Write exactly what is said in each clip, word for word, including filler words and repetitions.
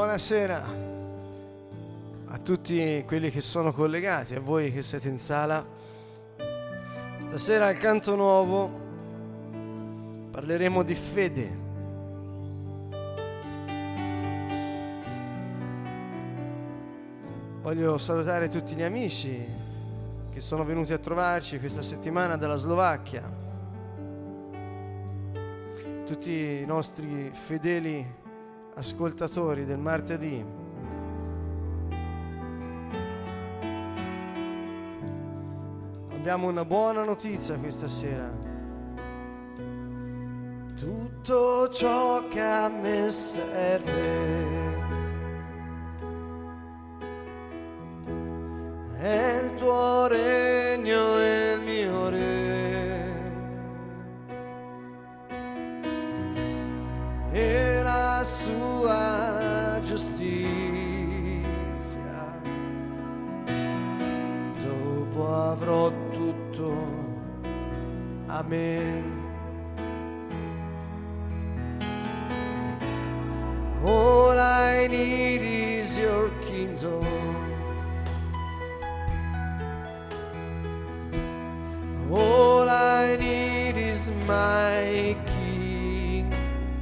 Buonasera a tutti quelli che sono collegati, a voi che siete in sala. Stasera al Canto Nuovo parleremo di fede. Voglio salutare tutti gli amici che sono venuti a trovarci questa settimana dalla Slovacchia, tutti i nostri fedeli ascoltatori del martedì. Abbiamo una buona notizia questa sera. Tutto ciò che a me serve è il tuo regno e il mio re, e la sua giustizia. Dopo avrò tutto. Amen. All I need is your kingdom. All I need is my King.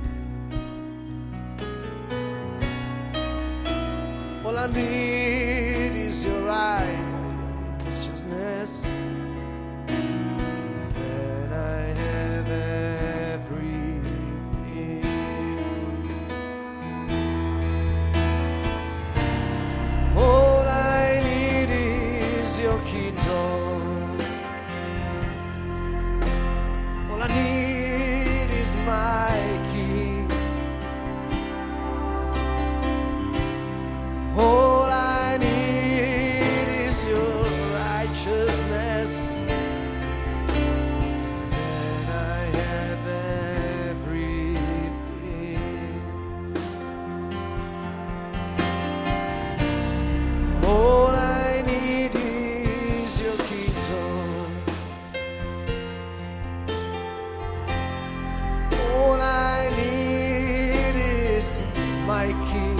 All I need is your righteousness. Then I have everything. All I need is your kingdom. All I need is my King. All I need is your righteousness. Then I have everything. All I need is your kingdom. All I need is my King.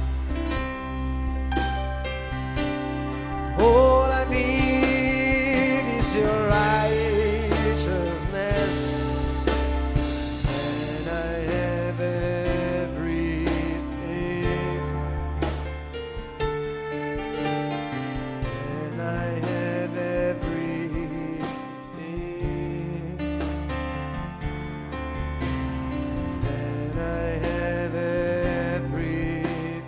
All I need is your righteousness, and I have everything, and I have everything, and I have everything.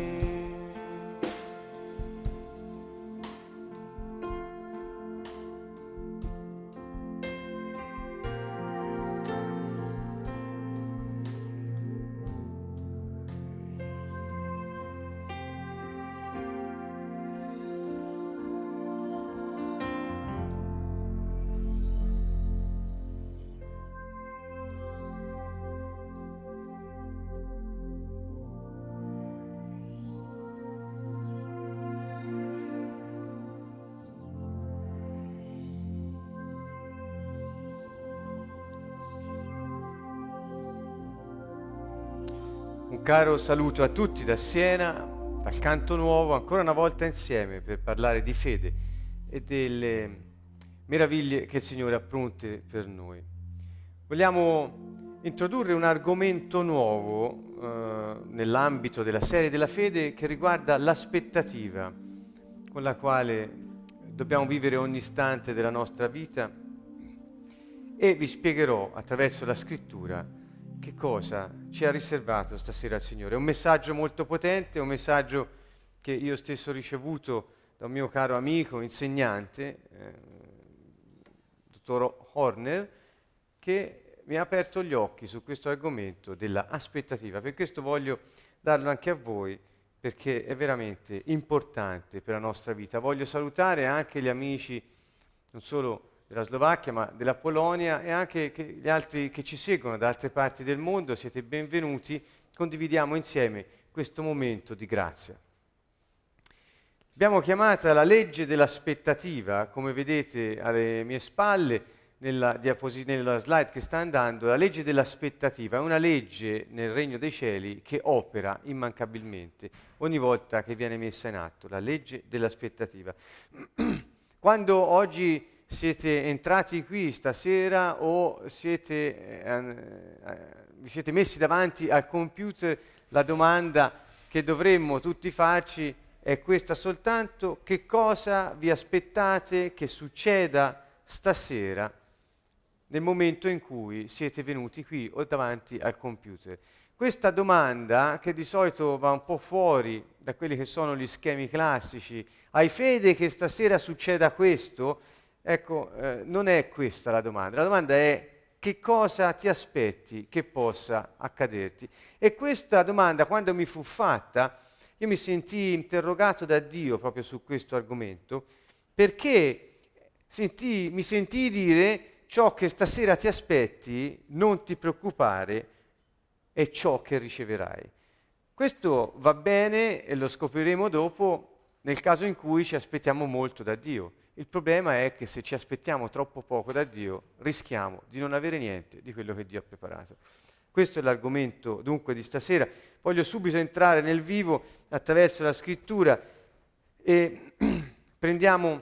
Un caro saluto a tutti da Siena, dal Canto Nuovo, ancora una volta insieme per parlare di fede e delle meraviglie che il Signore ha pronte per noi. Vogliamo introdurre un argomento nuovo eh, nell'ambito della serie della fede che riguarda l'aspettativa con la quale dobbiamo vivere ogni istante della nostra vita, e vi spiegherò attraverso la Scrittura che cosa ci ha riservato stasera il Signore. È un messaggio molto potente, è un messaggio che io stesso ho ricevuto da un mio caro amico, insegnante, eh, dottor Horner, che mi ha aperto gli occhi su questo argomento della aspettativa. Per questo voglio darlo anche a voi, perché è veramente importante per la nostra vita. Voglio salutare anche gli amici, non solo della Slovacchia, ma della Polonia, e anche che gli altri che ci seguono da altre parti del mondo. Siete benvenuti, condividiamo insieme questo momento di grazia. Abbiamo chiamata la legge dell'aspettativa, come vedete alle mie spalle, nella, diaposi- nella slide che sta andando, la legge dell'aspettativa è una legge nel regno dei cieli che opera immancabilmente ogni volta che viene messa in atto, la legge dell'aspettativa. Quando oggi siete entrati qui stasera o siete, eh, eh, vi siete messi davanti al computer, la domanda che dovremmo tutti farci è questa soltanto: che cosa vi aspettate che succeda stasera nel momento in cui siete venuti qui o davanti al computer? Questa domanda, che di solito va un po' fuori da quelli che sono gli schemi classici, hai fede che stasera succeda questo? Ecco, eh, non è questa la domanda. La domanda è: che cosa ti aspetti che possa accaderti? E questa domanda, quando mi fu fatta, io mi sentii interrogato da Dio proprio su questo argomento, perché sentì, mi sentii dire: ciò che stasera ti aspetti, non ti preoccupare, è ciò che riceverai. Questo va bene e lo scopriremo dopo nel caso in cui ci aspettiamo molto da Dio. Il problema è che se ci aspettiamo troppo poco da Dio, rischiamo di non avere niente di quello che Dio ha preparato. Questo è l'argomento dunque di stasera. Voglio subito entrare nel vivo attraverso la scrittura e prendiamo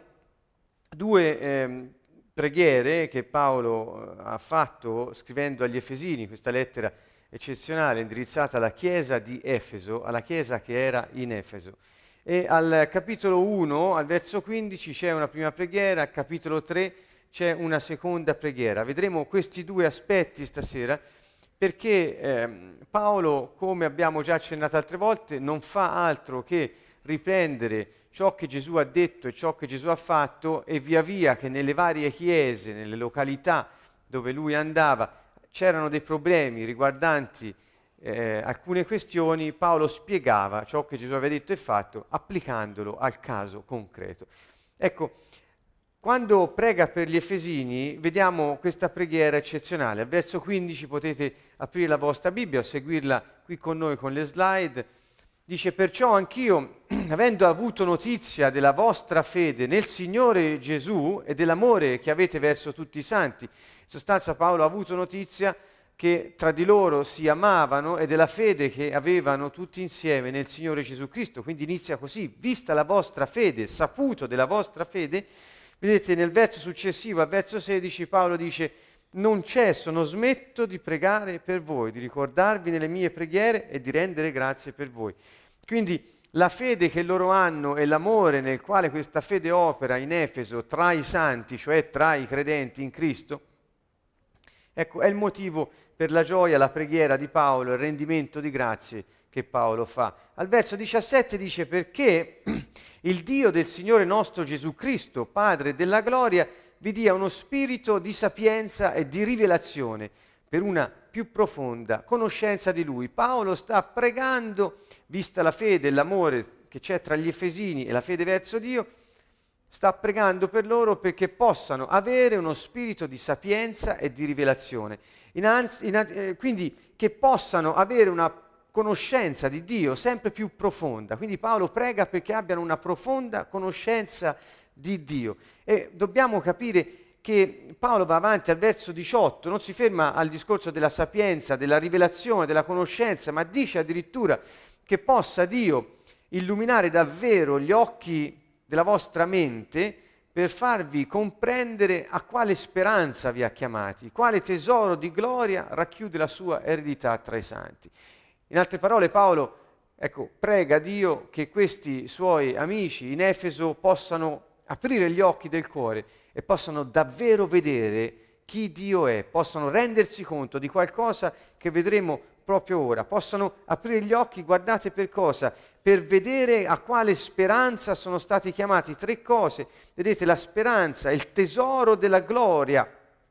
due eh, preghiere che Paolo ha fatto scrivendo agli Efesini, questa lettera eccezionale indirizzata alla chiesa di Efeso, alla chiesa che era in Efeso. E al capitolo uno, al verso quindici, c'è una prima preghiera, al capitolo tre c'è una seconda preghiera. Vedremo questi due aspetti stasera perché eh, Paolo, come abbiamo già accennato altre volte, non fa altro che riprendere ciò che Gesù ha detto e ciò che Gesù ha fatto, e via via che nelle varie chiese, nelle località dove lui andava, c'erano dei problemi riguardanti Eh, alcune questioni, Paolo spiegava ciò che Gesù aveva detto e fatto applicandolo al caso concreto. Ecco, quando prega per gli Efesini vediamo questa preghiera eccezionale. Al verso quindici potete aprire la vostra Bibbia o seguirla qui con noi con le slide. Dice: perciò anch'io, avendo avuto notizia della vostra fede nel Signore Gesù e dell'amore che avete verso tutti i santi. In sostanza Paolo ha avuto notizia che tra di loro si amavano e della fede che avevano tutti insieme nel Signore Gesù Cristo. Quindi inizia così: vista la vostra fede, saputo della vostra fede. Vedete nel verso successivo, al verso sedici, Paolo dice: non cesso, non smetto di pregare per voi, di ricordarvi nelle mie preghiere e di rendere grazie per voi. Quindi la fede che loro hanno e l'amore nel quale questa fede opera in Efeso tra i santi, cioè tra i credenti in Cristo, ecco, è il motivo per la gioia, la preghiera di Paolo, il rendimento di grazie che Paolo fa. Al verso diciassette dice: perché il Dio del Signore nostro Gesù Cristo, Padre della gloria, vi dia uno spirito di sapienza e di rivelazione per una più profonda conoscenza di Lui. Paolo sta pregando, vista la fede e l'amore che c'è tra gli Efesini e la fede verso Dio, sta pregando per loro perché possano avere uno spirito di sapienza e di rivelazione. Innanzi, in, eh, quindi che possano avere una conoscenza di Dio sempre più profonda. Quindi Paolo prega perché abbiano una profonda conoscenza di Dio. E dobbiamo capire che Paolo va avanti al verso diciotto, non si ferma al discorso della sapienza, della rivelazione, della conoscenza, ma dice addirittura che possa Dio illuminare davvero gli occhi della vostra mente per farvi comprendere a quale speranza vi ha chiamati, quale tesoro di gloria racchiude la sua eredità tra i santi. In altre parole Paolo, ecco, prega Dio che questi suoi amici in Efeso possano aprire gli occhi del cuore e possano davvero vedere chi Dio è, possano rendersi conto di qualcosa che vedremo proprio ora, possano aprire gli occhi, guardate per cosa? Per vedere a quale speranza sono stati chiamati. Tre cose, vedete, la speranza, il tesoro della gloria,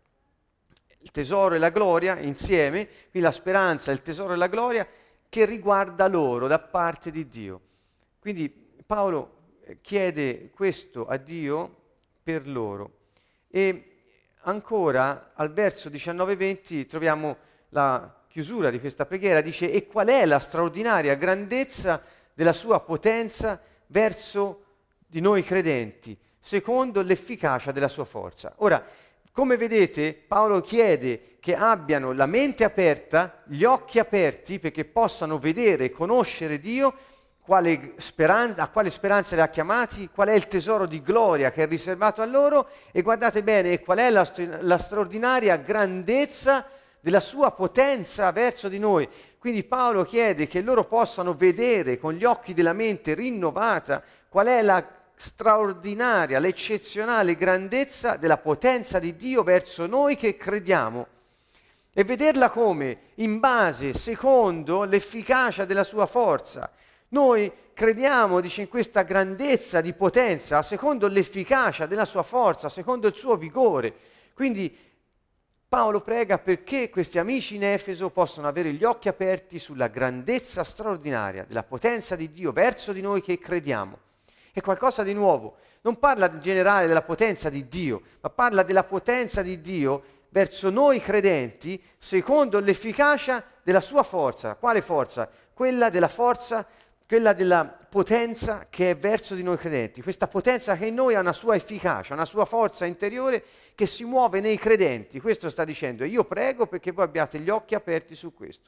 il tesoro e la gloria insieme, qui la speranza, il tesoro e la gloria che riguarda loro da parte di Dio. Quindi Paolo chiede questo a Dio per loro. E ancora al verso diciannove venti troviamo la chiusura di questa preghiera, dice: e qual è la straordinaria grandezza della sua potenza verso di noi credenti, secondo l'efficacia della sua forza. Ora, come vedete, Paolo chiede che abbiano la mente aperta, gli occhi aperti, perché possano vedere e conoscere Dio, quale speranza, a quale speranza li ha chiamati, qual è il tesoro di gloria che è riservato a loro, e guardate bene qual è la, la straordinaria grandezza della sua potenza verso di noi. Quindi Paolo chiede che loro possano vedere con gli occhi della mente rinnovata qual è la straordinaria, l'eccezionale grandezza della potenza di Dio verso noi che crediamo, e vederla come? In base, secondo l'efficacia della sua forza. Noi crediamo, dice, in questa grandezza di potenza, secondo l'efficacia della sua forza, secondo il suo vigore. Quindi Paolo prega perché questi amici in Efeso possano avere gli occhi aperti sulla grandezza straordinaria della potenza di Dio verso di noi che crediamo. È qualcosa di nuovo. Non parla in generale della potenza di Dio, ma parla della potenza di Dio verso noi credenti secondo l'efficacia della sua forza. Quale forza? Quella della forza, quella della potenza che è verso di noi credenti. Questa potenza che in noi ha una sua efficacia, una sua forza interiore che si muove nei credenti. Questo sta dicendo. Io prego perché voi abbiate gli occhi aperti su questo.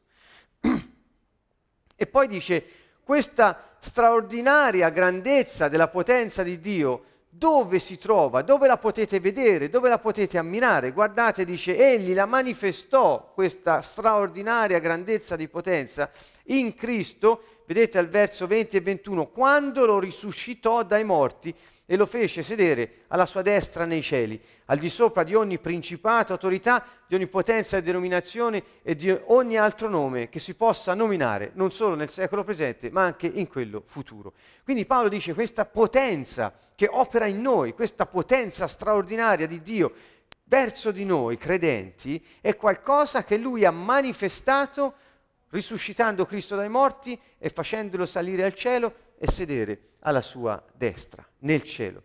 E poi dice, questa straordinaria grandezza della potenza di Dio, dove si trova? Dove la potete vedere? Dove la potete ammirare? Guardate, dice, egli la manifestò, questa straordinaria grandezza di potenza, in Cristo, vedete al verso venti e ventuno, quando lo risuscitò dai morti e lo fece sedere alla sua destra nei cieli, al di sopra di ogni principato, autorità, di ogni potenza e denominazione e di ogni altro nome che si possa nominare, non solo nel secolo presente, ma anche in quello futuro. Quindi Paolo dice questa potenza che opera in noi, questa potenza straordinaria di Dio verso di noi credenti, è qualcosa che lui ha manifestato risuscitando Cristo dai morti e facendolo salire al cielo e sedere alla sua destra, nel cielo.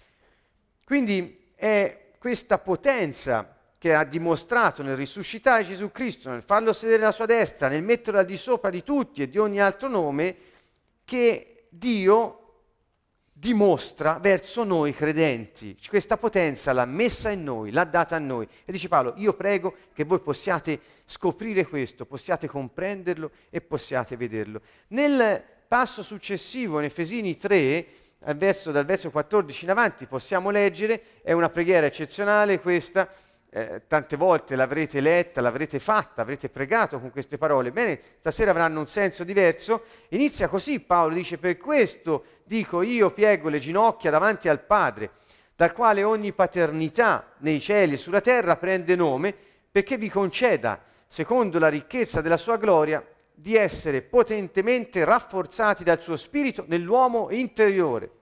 Quindi è questa potenza che ha dimostrato nel risuscitare Gesù Cristo, nel farlo sedere alla sua destra, nel metterlo al di sopra di tutti e di ogni altro nome, che Dio dimostra verso noi credenti. Questa potenza l'ha messa in noi, l'ha data a noi. E dice Paolo, io prego che voi possiate scoprire questo, possiate comprenderlo e possiate vederlo. Nel passo successivo, in Efesini tre, al verso, dal verso quattordici in avanti, possiamo leggere, è una preghiera eccezionale questa, eh, tante volte l'avrete letta, l'avrete fatta, avrete pregato con queste parole. Bene, stasera avranno un senso diverso. Inizia così, Paolo dice, per questo dico io piego le ginocchia davanti al Padre, dal quale ogni paternità nei cieli e sulla terra prende nome, perché vi conceda, secondo la ricchezza della sua gloria, di essere potentemente rafforzati dal suo spirito nell'uomo interiore.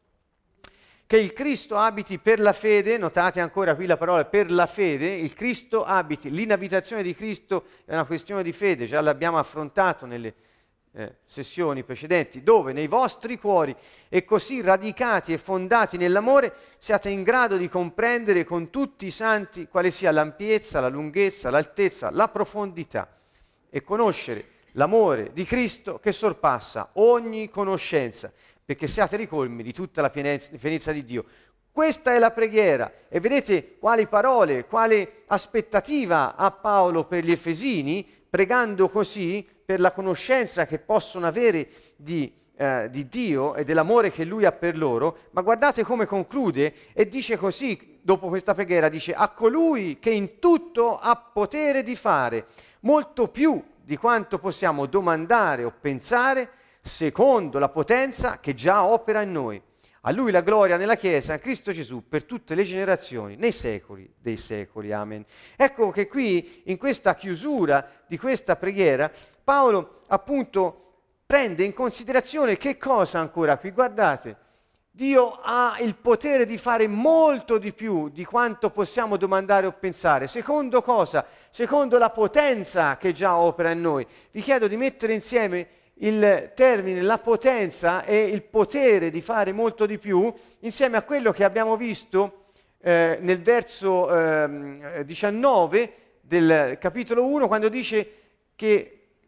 Che il Cristo abiti per la fede, notate ancora qui la parola per la fede, il Cristo abiti, l'inabitazione di Cristo è una questione di fede, già l'abbiamo affrontato nelle eh, sessioni precedenti, dove nei vostri cuori e così radicati e fondati nell'amore siate in grado di comprendere con tutti i santi quale sia l'ampiezza, la lunghezza, l'altezza, la profondità e conoscere l'amore di Cristo che sorpassa ogni conoscenza, perché siate ricolmi di tutta la pienezza di Dio. Questa è la preghiera. E vedete quali parole, quale aspettativa ha Paolo per gli Efesini, pregando così per la conoscenza che possono avere di, eh, di Dio e dell'amore che Lui ha per loro. Ma guardate come conclude e dice così, dopo questa preghiera, dice a colui che in tutto ha potere di fare molto più di quanto possiamo domandare o pensare, secondo la potenza che già opera in noi. A Lui la gloria nella Chiesa, in Cristo Gesù, per tutte le generazioni, nei secoli dei secoli. Amen. Ecco che qui, in questa chiusura di questa preghiera, Paolo appunto prende in considerazione che cosa ancora qui? Guardate, Dio ha il potere di fare molto di più di quanto possiamo domandare o pensare. Secondo cosa? Secondo la potenza che già opera in noi. Vi chiedo di mettere insieme il termine, la potenza e il potere di fare molto di più, insieme a quello che abbiamo visto eh, nel verso eh, diciannove del capitolo uno, quando dice che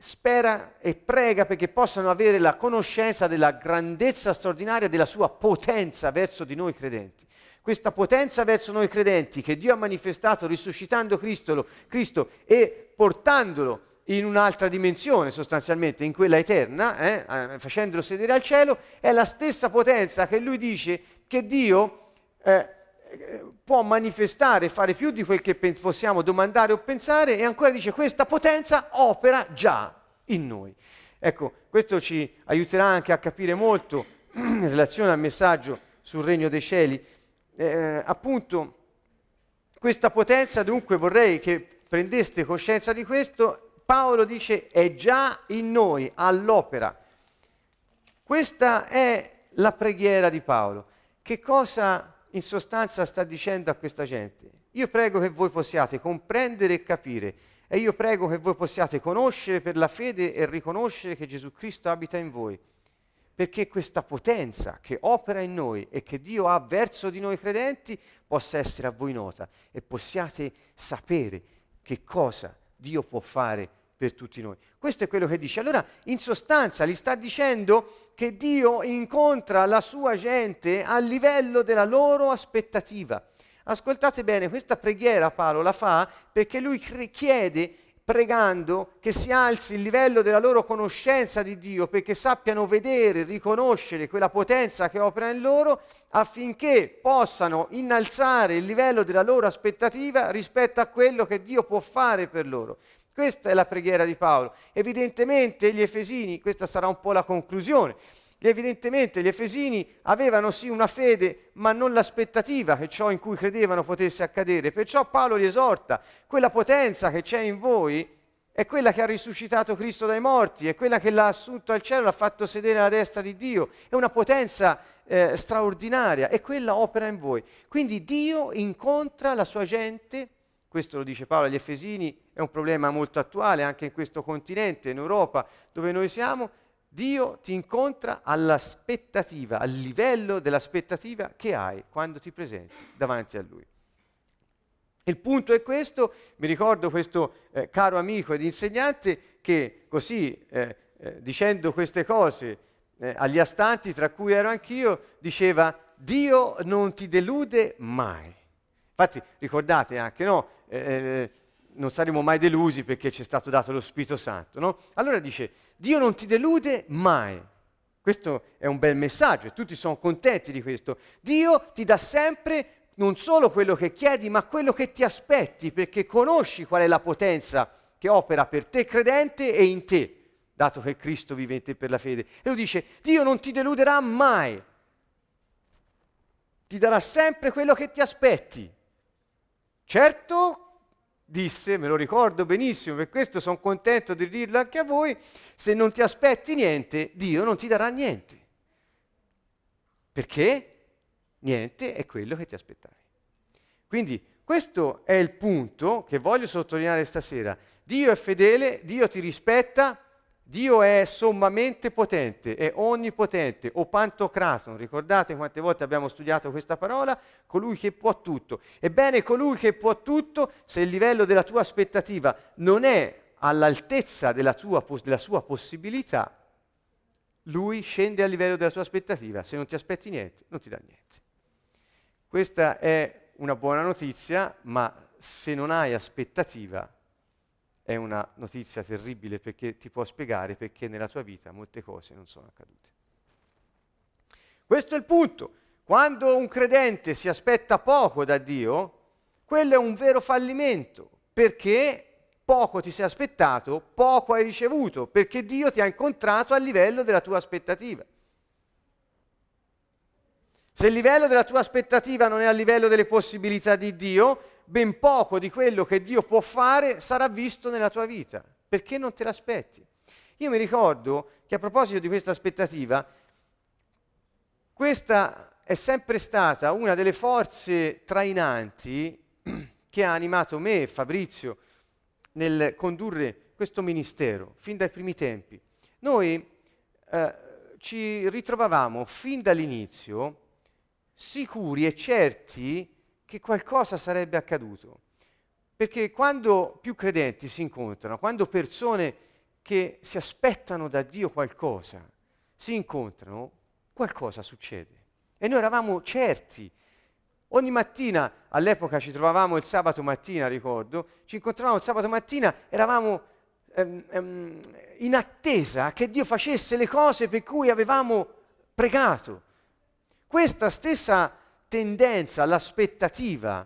spera e prega perché possano avere la conoscenza della grandezza straordinaria della sua potenza verso di noi credenti. Questa potenza verso noi credenti che Dio ha manifestato risuscitando Cristo, Cristo e portandolo in un'altra dimensione sostanzialmente, in quella eterna, eh, facendolo sedere al cielo, è la stessa potenza che lui dice che Dio eh, può manifestare e fare più di quel che possiamo domandare o pensare, e ancora dice questa potenza opera già in noi. Ecco, questo ci aiuterà anche a capire molto in relazione al messaggio sul regno dei cieli. Eh, appunto, questa potenza, dunque vorrei che prendeste coscienza di questo. Paolo dice è già in noi, all'opera. Questa è la preghiera di Paolo. Che cosa in sostanza sta dicendo a questa gente? Io prego che voi possiate comprendere e capire, e io prego che voi possiate conoscere per la fede e riconoscere che Gesù Cristo abita in voi, perché questa potenza che opera in noi e che Dio ha verso di noi credenti possa essere a voi nota e possiate sapere che cosa Dio può fare per tutti noi. Questo è quello che dice. Allora, in sostanza, gli sta dicendo che Dio incontra la sua gente a livello della loro aspettativa. Ascoltate bene, questa preghiera Paolo la fa perché lui chiede, pregando, che si alzi il livello della loro conoscenza di Dio, perché sappiano vedere, riconoscere quella potenza che opera in loro, affinché possano innalzare il livello della loro aspettativa rispetto a quello che Dio può fare per loro. Questa è la preghiera di Paolo. Evidentemente gli Efesini, questa sarà un po' la conclusione, evidentemente gli Efesini avevano sì una fede, ma non l'aspettativa che ciò in cui credevano potesse accadere. Perciò Paolo li esorta: quella potenza che c'è in voi è quella che ha risuscitato Cristo dai morti, è quella che l'ha assunto al cielo, l'ha fatto sedere alla destra di Dio, è una potenza eh, straordinaria, e quella opera in voi. Quindi Dio incontra la sua gente. Questo lo dice Paolo agli Efesini, è un problema molto attuale anche in questo continente, in Europa, dove noi siamo. Dio ti incontra all'aspettativa, al livello dell'aspettativa che hai quando ti presenti davanti a Lui. Il punto è questo. Mi ricordo questo eh, caro amico ed insegnante che così, eh, eh, dicendo queste cose eh, agli astanti, tra cui ero anch'io, diceva: Dio non ti delude mai. Infatti ricordate anche, no? Eh, non saremo mai delusi perché ci è stato dato lo Spirito Santo, no? Allora dice: Dio non ti delude mai. Questo è un bel messaggio e tutti sono contenti di questo. Dio ti dà sempre non solo quello che chiedi, ma quello che ti aspetti, perché conosci qual è la potenza che opera per te credente e in te, dato che Cristo vive in te per la fede. E lui dice: Dio non ti deluderà mai, ti darà sempre quello che ti aspetti. Certo, disse, me lo ricordo benissimo, per questo sono contento di dirlo anche a voi, se non ti aspetti niente, Dio non ti darà niente. Perché niente è quello che ti aspettavi. Quindi questo è il punto che voglio sottolineare stasera. Dio è fedele, Dio ti rispetta, Dio è sommamente potente, è onnipotente, o pantocraton. Ricordate quante volte abbiamo studiato questa parola? Colui che può tutto. Ebbene, colui che può tutto, se il livello della tua aspettativa non è all'altezza della, tua, della sua possibilità, lui scende al livello della tua aspettativa. Se non ti aspetti niente, non ti dà niente. Questa è una buona notizia, ma se non hai aspettativa è una notizia terribile, perché ti può spiegare perché nella tua vita molte cose non sono accadute. Questo è il punto. Quando un credente si aspetta poco da Dio, quello è un vero fallimento, perché poco ti sei aspettato, poco hai ricevuto, perché Dio ti ha incontrato a livello della tua aspettativa. Se il livello della tua aspettativa non è a livello delle possibilità di Dio, ben poco di quello che Dio può fare sarà visto nella tua vita, perché non te l'aspetti. Io mi ricordo che a proposito di questa aspettativa, questa è sempre stata una delle forze trainanti che ha animato me e Fabrizio nel condurre questo ministero fin dai primi tempi. Noi eh, ci ritrovavamo fin dall'inizio sicuri e certi che qualcosa sarebbe accaduto. Perché quando più credenti si incontrano, quando persone che si aspettano da Dio qualcosa, si incontrano, qualcosa succede. E noi eravamo certi. Ogni mattina, all'epoca ci trovavamo il sabato mattina, ricordo, ci incontravamo il sabato mattina, eravamo ehm, ehm, in attesa che Dio facesse le cose per cui avevamo pregato. Questa stessa tendenza all'aspettativa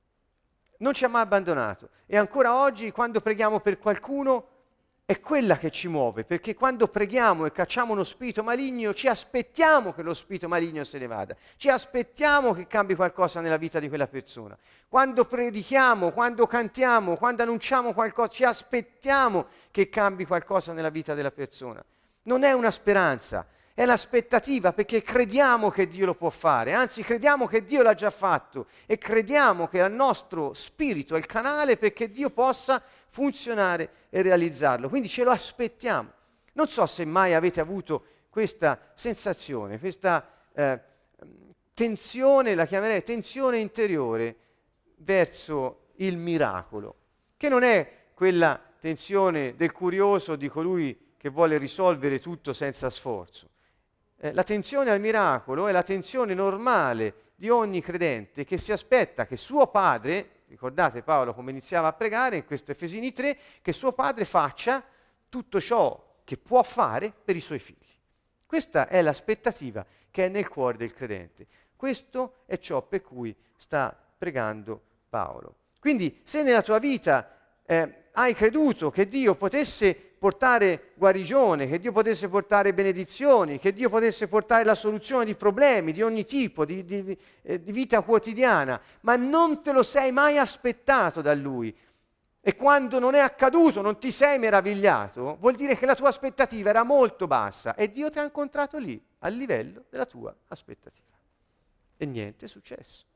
non ci ha mai abbandonato. E ancora oggi, quando preghiamo per qualcuno, è quella che ci muove, perché quando preghiamo e cacciamo uno spirito maligno, ci aspettiamo che lo spirito maligno se ne vada, ci aspettiamo che cambi qualcosa nella vita di quella persona. Quando predichiamo, quando cantiamo, quando annunciamo qualcosa, ci aspettiamo che cambi qualcosa nella vita della persona. Non è una speranza, è l'aspettativa, perché crediamo che Dio lo può fare, anzi crediamo che Dio l'ha già fatto e crediamo che il nostro spirito è il canale perché Dio possa funzionare e realizzarlo. Quindi ce lo aspettiamo. Non so se mai avete avuto questa sensazione, questa eh, tensione, la chiamerei tensione interiore verso il miracolo, che non è quella tensione del curioso, di colui che vuole risolvere tutto senza sforzo. Eh, la tensione al miracolo è la tensione normale di ogni credente che si aspetta che suo padre, ricordate Paolo come iniziava a pregare in questo Efesini tre, che suo padre faccia tutto ciò che può fare per i suoi figli. Questa è l'aspettativa che è nel cuore del credente. Questo è ciò per cui sta pregando Paolo. Quindi se nella tua vita eh, hai creduto che Dio potesse portare guarigione, che Dio potesse portare benedizioni, che Dio potesse portare la soluzione di problemi di ogni tipo, di, di, di, eh, di vita quotidiana, ma non te lo sei mai aspettato da Lui. E quando non è accaduto, non ti sei meravigliato, vuol dire che la tua aspettativa era molto bassa e Dio ti ha incontrato lì, a livello della tua aspettativa. E niente è successo.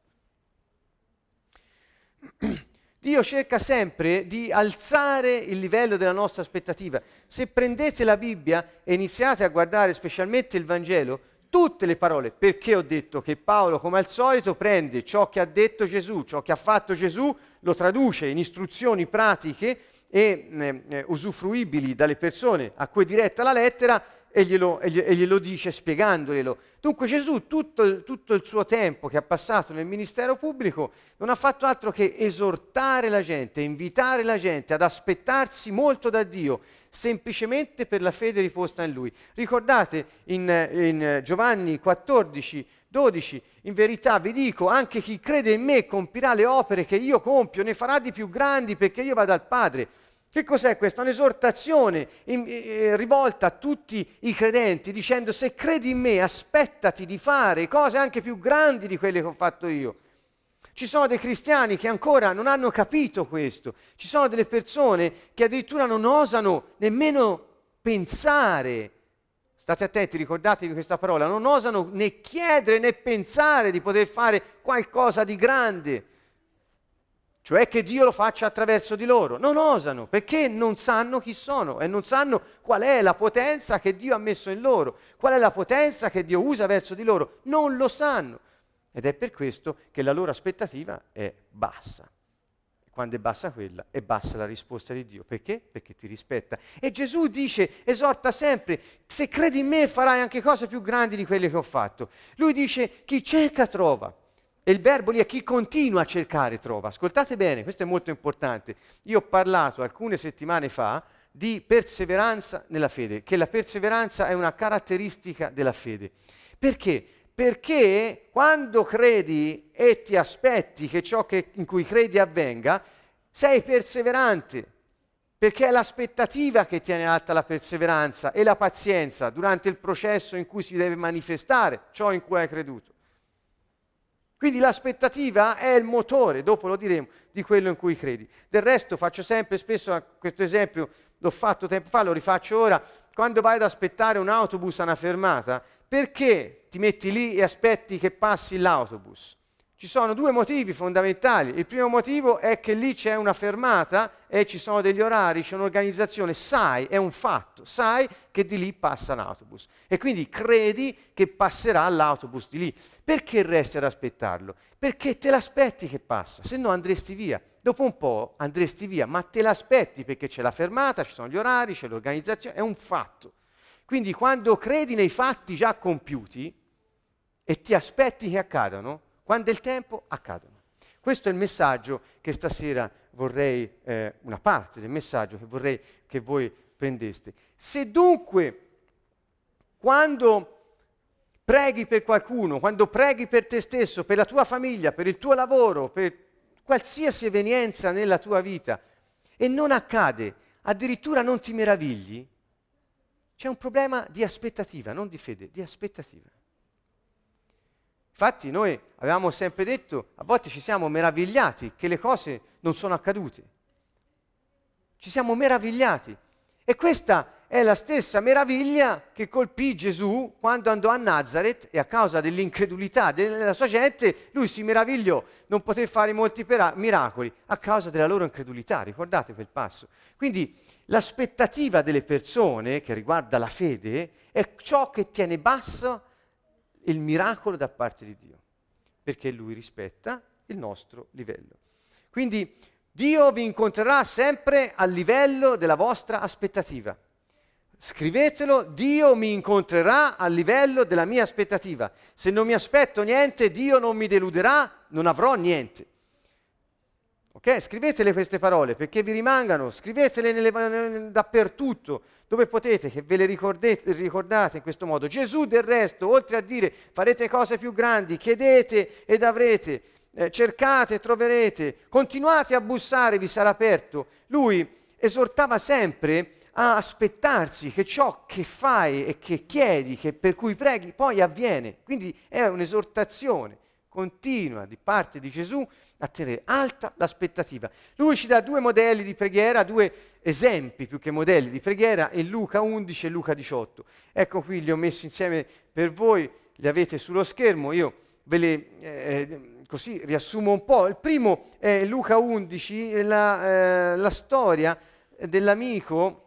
Dio cerca sempre di alzare il livello della nostra aspettativa. Se prendete la Bibbia e iniziate a guardare specialmente il Vangelo, tutte le parole, perché ho detto che Paolo, come al solito, prende ciò che ha detto Gesù, ciò che ha fatto Gesù, lo traduce in istruzioni pratiche e eh, eh, usufruibili dalle persone a cui è diretta la lettera e glielo, e glielo dice spiegandoglielo. Dunque Gesù tutto, tutto il suo tempo che ha passato nel ministero pubblico non ha fatto altro che esortare la gente, invitare la gente ad aspettarsi molto da Dio, semplicemente per la fede riposta in Lui. Ricordate in, in Giovanni quattordici, dodici, in verità vi dico, anche chi crede in me compirà le opere che io compio, ne farà di più grandi perché io vado al Padre. Che cos'è questa? Un'esortazione in, eh, rivolta a tutti i credenti dicendo: se credi in me aspettati di fare cose anche più grandi di quelle che ho fatto io. Ci sono dei cristiani che ancora non hanno capito questo, ci sono delle persone che addirittura non osano nemmeno pensare, state attenti, ricordatevi questa parola, non osano né chiedere né pensare di poter fare qualcosa di grande, cioè che Dio lo faccia attraverso di loro. Non osano, perché non sanno chi sono e non sanno qual è la potenza che Dio ha messo in loro, qual è la potenza che Dio usa verso di loro. Non lo sanno. Ed è per questo che la loro aspettativa è bassa. Quando è bassa quella, è bassa la risposta di Dio. Perché? Perché ti rispetta. E Gesù dice, esorta sempre, se credi in me farai anche cose più grandi di quelle che ho fatto. Lui dice, chi cerca trova. E il verbo lì è chi continua a cercare trova. Ascoltate bene, questo è molto importante. Io ho parlato alcune settimane fa di perseveranza nella fede, che la perseveranza è una caratteristica della fede. Perché? Perché quando credi e ti aspetti che ciò che, in cui credi avvenga, sei perseverante, perché è l'aspettativa che tiene alta la perseveranza e la pazienza durante il processo in cui si deve manifestare ciò in cui hai creduto. Quindi l'aspettativa è il motore, dopo lo diremo, di quello in cui credi. Del resto faccio sempre, spesso questo esempio, l'ho fatto tempo fa, lo rifaccio ora, quando vai ad aspettare un autobus a una fermata, perché ti metti lì e aspetti che passi l'autobus? Ci sono due motivi fondamentali. Il primo motivo è che lì c'è una fermata e ci sono degli orari, c'è un'organizzazione, sai, è un fatto, sai che di lì passa l'autobus e quindi credi che passerà l'autobus di lì. Perché resti ad aspettarlo? Perché te l'aspetti che passa, se no andresti via. Dopo un po' andresti via, ma te l'aspetti perché c'è la fermata, ci sono gli orari, c'è l'organizzazione, è un fatto. Quindi quando credi nei fatti già compiuti e ti aspetti che accadano, quando è il tempo, accadono. Questo è il messaggio che stasera vorrei, eh, una parte del messaggio che vorrei che voi prendeste. Se dunque, quando preghi per qualcuno, quando preghi per te stesso, per la tua famiglia, per il tuo lavoro, per qualsiasi evenienza nella tua vita, e non accade, addirittura non ti meravigli, c'è un problema di aspettativa, non di fede, di aspettativa. Infatti noi avevamo sempre detto, a volte ci siamo meravigliati che le cose non sono accadute. Ci siamo meravigliati. E questa è la stessa meraviglia che colpì Gesù quando andò a Nazaret e a causa dell'incredulità della sua gente, lui si meravigliò, non poté fare molti pera- miracoli a causa della loro incredulità. Ricordate quel passo? Quindi l'aspettativa delle persone che riguarda la fede è ciò che tiene basso il miracolo da parte di Dio, perché Lui rispetta il nostro livello. Quindi Dio vi incontrerà sempre al livello della vostra aspettativa. Scrivetelo, Dio mi incontrerà al livello della mia aspettativa. Se non mi aspetto niente, Dio non mi deluderà, non avrò niente. Ok? Scrivetele queste parole perché vi rimangano, scrivetele nelle, dappertutto, dove potete, che ve le ricordate, ricordate in questo modo. Gesù del resto, oltre a dire farete cose più grandi, chiedete ed avrete, eh, cercate e troverete, continuate a bussare, vi sarà aperto. Lui esortava sempre a aspettarsi che ciò che fai e che chiedi, che per cui preghi, poi avviene. Quindi è un'esortazione continua di parte di Gesù a tenere alta l'aspettativa. Lui ci dà due modelli di preghiera, due esempi più che modelli di preghiera in Luca undici e Luca diciotto. Ecco qui, li ho messi insieme per voi, li avete sullo schermo, io ve li eh, così riassumo un po'. Il primo è Luca undici, la, eh, la storia dell'amico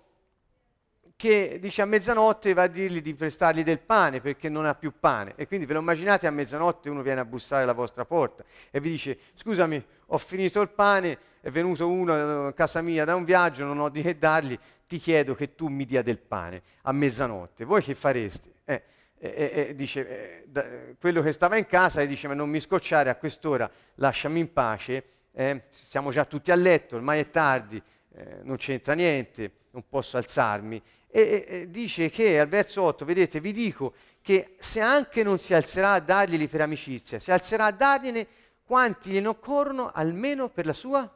che dice a mezzanotte va a dirgli di prestargli del pane perché non ha più pane. E quindi ve lo immaginate, a mezzanotte uno viene a bussare alla vostra porta e vi dice scusami, ho finito il pane, è venuto uno a casa mia da un viaggio, non ho di che dargli, ti chiedo che tu mi dia del pane a mezzanotte. Voi che fareste? Eh, eh, eh, dice, eh, da, quello che stava in casa e dice ma non mi scocciare a quest'ora, lasciami in pace, eh, siamo già tutti a letto, ormai è tardi, eh, non c'entra niente, non posso alzarmi. E, e dice che al verso otto, vedete, vi dico che se anche non si alzerà a darglieli per amicizia, si alzerà a dargliene quanti gliene occorrono almeno per la sua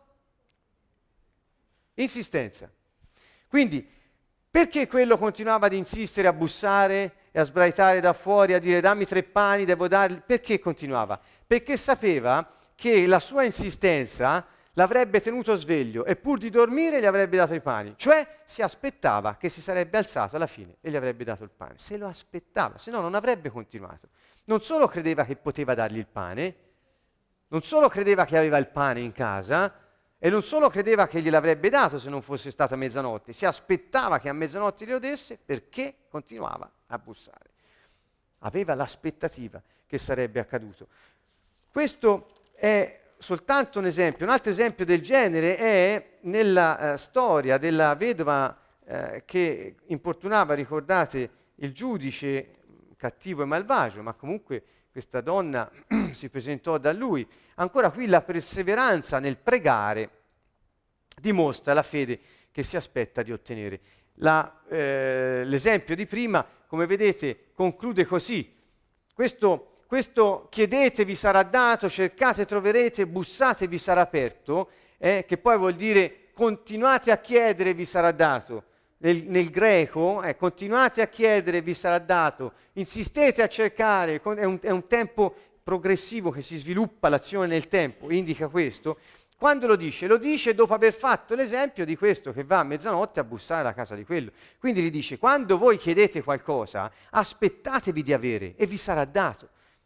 insistenza. Quindi, perché quello continuava ad insistere, a bussare e a sbraitare da fuori, a dire dammi tre pani, devo dargli... Perché continuava? Perché sapeva che la sua insistenza l'avrebbe tenuto sveglio e pur di dormire gli avrebbe dato i pani. Cioè si aspettava che si sarebbe alzato alla fine e gli avrebbe dato il pane. Se lo aspettava, se no non avrebbe continuato. Non solo credeva che poteva dargli il pane, non solo credeva che aveva il pane in casa e non solo credeva che gliel'avrebbe dato se non fosse stata mezzanotte, si aspettava che a mezzanotte glielo desse perché continuava a bussare. Aveva l'aspettativa che sarebbe accaduto. Questo è soltanto un esempio. Un altro esempio del genere è nella uh, storia della vedova uh, che importunava, ricordate, il giudice cattivo e malvagio, ma comunque questa donna si presentò da lui. Ancora qui la perseveranza nel pregare dimostra la fede che si aspetta di ottenere. La, eh, l'esempio di prima, come vedete, conclude così. Questo Questo chiedete vi sarà dato, cercate troverete, bussate vi sarà aperto, eh, che poi vuol dire continuate a chiedere vi sarà dato. Nel, nel greco eh, continuate a chiedere vi sarà dato, insistete a cercare, è un, è un tempo progressivo che si sviluppa l'azione nel tempo, indica questo. Quando lo dice? Lo dice dopo aver fatto l'esempio di questo che va a mezzanotte a bussare alla casa di quello. Quindi gli dice quando voi chiedete qualcosa aspettatevi di avere e vi sarà dato.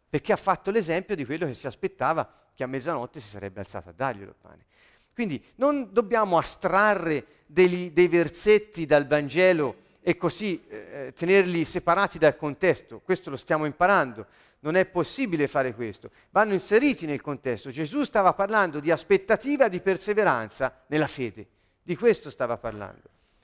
perché ha fatto l'esempio di quello che si aspettava, che a mezzanotte si sarebbe alzato a darglielo il pane. Quindi non dobbiamo astrarre dei, dei versetti dal Vangelo e così eh, tenerli separati dal contesto. Questo lo stiamo imparando. Non è possibile fare questo. Vanno inseriti nel contesto. Gesù stava parlando di aspettativa, di perseveranza nella fede. Di questo stava parlando.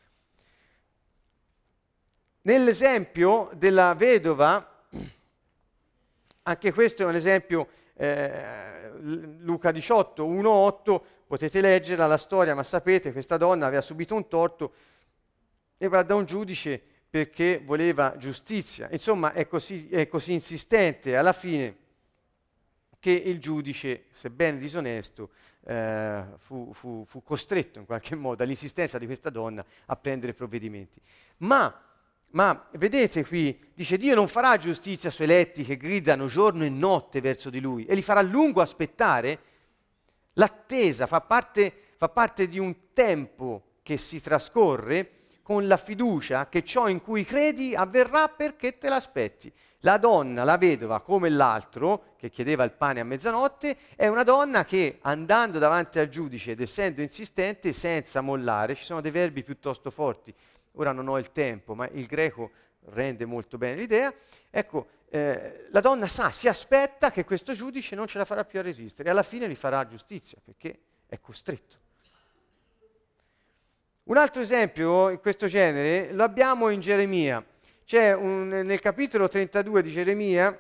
Nell'esempio della vedova, anche questo è un esempio, eh, Luca diciotto, uno otto, potete leggerla la storia, ma sapete, questa donna aveva subito un torto e va da un giudice perché voleva giustizia. Insomma, è così, è così insistente alla fine che il giudice, sebbene disonesto, eh, fu, fu, fu costretto in qualche modo all'insistenza di questa donna a prendere provvedimenti. Ma, ma vedete qui, dice Dio non farà giustizia ai suoi eletti che gridano giorno e notte verso di lui e li farà a lungo aspettare. L'attesa fa parte, fa parte di un tempo che si trascorre con la fiducia che ciò in cui credi avverrà perché te l'aspetti. La donna, la vedova, come l'altro, che chiedeva il pane a mezzanotte, è una donna che, andando davanti al giudice ed essendo insistente, senza mollare, ci sono dei verbi piuttosto forti, ora non ho il tempo, ma il greco rende molto bene l'idea, ecco, eh, la donna sa, si aspetta che questo giudice non ce la farà più a resistere, e alla fine gli farà giustizia, perché è costretto. Un altro esempio in questo genere lo abbiamo in Geremia. C'è un, nel capitolo trentadue di Geremia,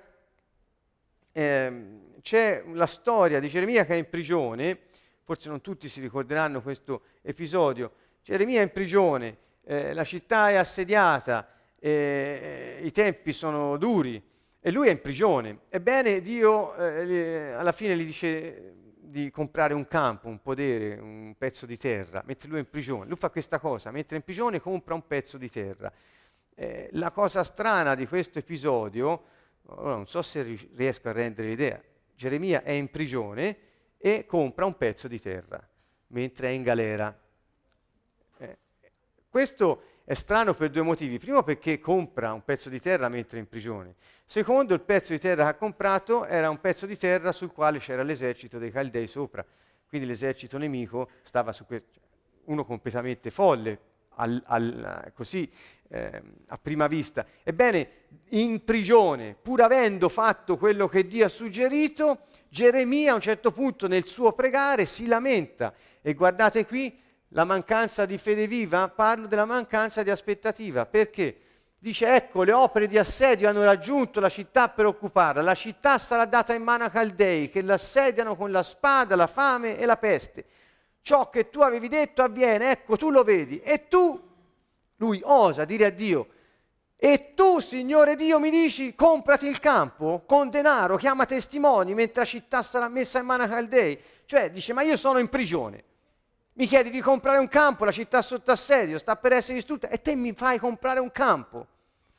eh, c'è la storia di Geremia che è in prigione, forse non tutti si ricorderanno questo episodio. Geremia è in prigione, eh, la città è assediata, eh, i tempi sono duri e lui è in prigione. Ebbene, Dio eh, alla fine gli dice di comprare un campo, un podere, un pezzo di terra, mentre lui è in prigione. Lui fa questa cosa, mentre è in prigione compra un pezzo di terra. Eh, la cosa strana di questo episodio, ora non so se riesco a rendere l'idea, Geremia è in prigione e compra un pezzo di terra, mentre è in galera. Eh, questo è strano per due motivi. Primo, perché compra un pezzo di terra mentre è in prigione. Secondo, il pezzo di terra che ha comprato era un pezzo di terra sul quale c'era l'esercito dei Caldei sopra. Quindi l'esercito nemico stava su questo. Uno completamente folle, al, al, così eh, a prima vista. Ebbene, in prigione, pur avendo fatto quello che Dio ha suggerito, Geremia a un certo punto nel suo pregare si lamenta. E guardate qui, la mancanza di fede viva, parlo della mancanza di aspettativa. Perché? Dice, ecco, le opere di assedio hanno raggiunto la città per occuparla. La città sarà data in mano ai Caldei, che l'assediano con la spada, la fame e la peste. Ciò che tu avevi detto avviene, ecco, tu lo vedi. E tu, lui osa dire a Dio, e tu, Signore Dio, mi dici, comprati il campo con denaro, chiama testimoni, mentre la città sarà messa in mano ai Caldei. Cioè, dice, ma io sono in prigione. Mi chiedi di comprare un campo, la città sotto assedio, sta per essere distrutta, e te mi fai comprare un campo.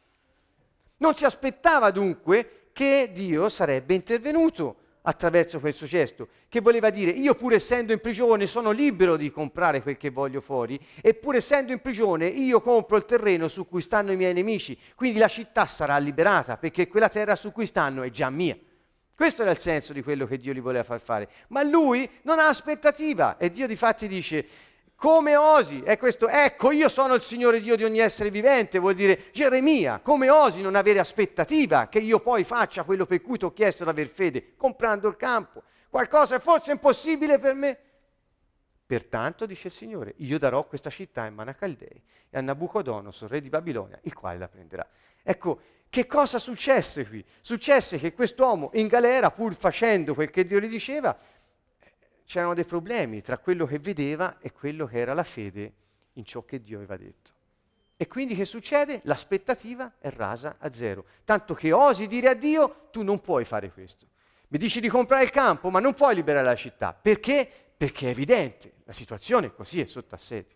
Non si aspettava dunque che Dio sarebbe intervenuto attraverso questo gesto, che voleva dire, io pur essendo in prigione sono libero di comprare quel che voglio fuori, e pur essendo in prigione io compro il terreno su cui stanno i miei nemici, quindi la città sarà liberata, perché quella terra su cui stanno è già mia. Questo era il senso di quello che Dio gli voleva far fare. Ma lui non ha aspettativa. E Dio difatti dice, come osi? È questo, ecco, io sono il Signore Dio di ogni essere vivente. Vuol dire, Geremia, come osi non avere aspettativa che io poi faccia quello per cui ti ho chiesto di aver fede, comprando il campo? Qualcosa è forse impossibile per me? Pertanto, dice il Signore, io darò questa città in mano a Caldei e a Nabucodonosor, re di Babilonia, il quale la prenderà. Ecco, che cosa successe qui? Successe che quest'uomo in galera, pur facendo quel che Dio gli diceva, c'erano dei problemi tra quello che vedeva e quello che era la fede in ciò che Dio aveva detto. E quindi che succede? L'aspettativa è rasa a zero. Tanto che osi dire a Dio, tu non puoi fare questo. Mi dici di comprare il campo, ma non puoi liberare la città. Perché? Perché è evidente, la situazione è così, è sotto assedio.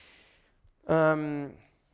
Um,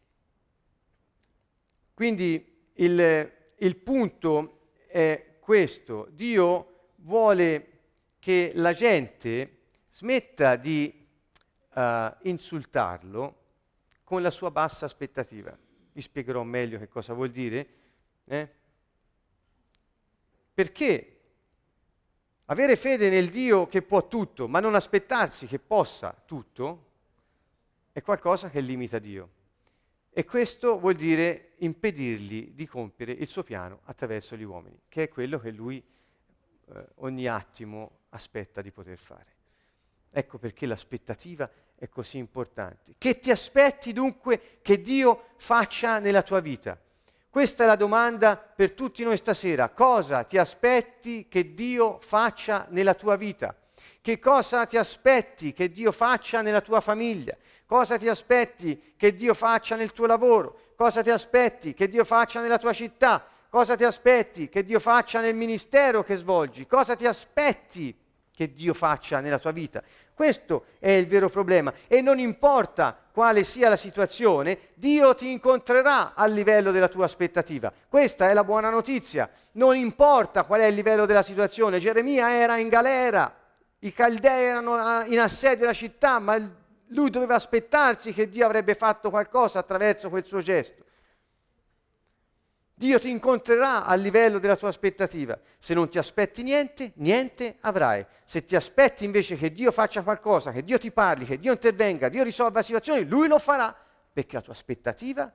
quindi il, il punto è questo: Dio vuole che la gente smetta di uh, insultarlo con la sua bassa aspettativa. Vi spiegherò meglio che cosa vuol dire. Eh? Perché avere fede nel Dio che può tutto, ma non aspettarsi che possa tutto, è qualcosa che limita Dio. E questo vuol dire impedirgli di compiere il suo piano attraverso gli uomini, che è quello che lui eh, ogni attimo aspetta di poter fare. Ecco perché l'aspettativa è così importante. Che ti aspetti dunque che Dio faccia nella tua vita? Questa è la domanda per tutti noi stasera. Cosa ti aspetti che Dio faccia nella tua vita? Che cosa ti aspetti che Dio faccia nella tua famiglia? Cosa ti aspetti che Dio faccia nel tuo lavoro? Cosa ti aspetti che Dio faccia nella tua città? Cosa ti aspetti che Dio faccia nel ministero che svolgi? Cosa ti aspetti che Dio faccia nella tua vita? Questo è il vero problema e non importa quale sia la situazione, Dio ti incontrerà al livello della tua aspettativa. Questa è la buona notizia. Non importa qual è il livello della situazione. Geremia era in galera, i Caldei erano in assedio della città, ma lui doveva aspettarsi che Dio avrebbe fatto qualcosa attraverso quel suo gesto. Dio ti incontrerà al livello della tua aspettativa. Se non ti aspetti niente, niente avrai. Se ti aspetti invece che Dio faccia qualcosa, che Dio ti parli, che Dio intervenga, Dio risolva la situazione, Lui lo farà, perché la tua aspettativa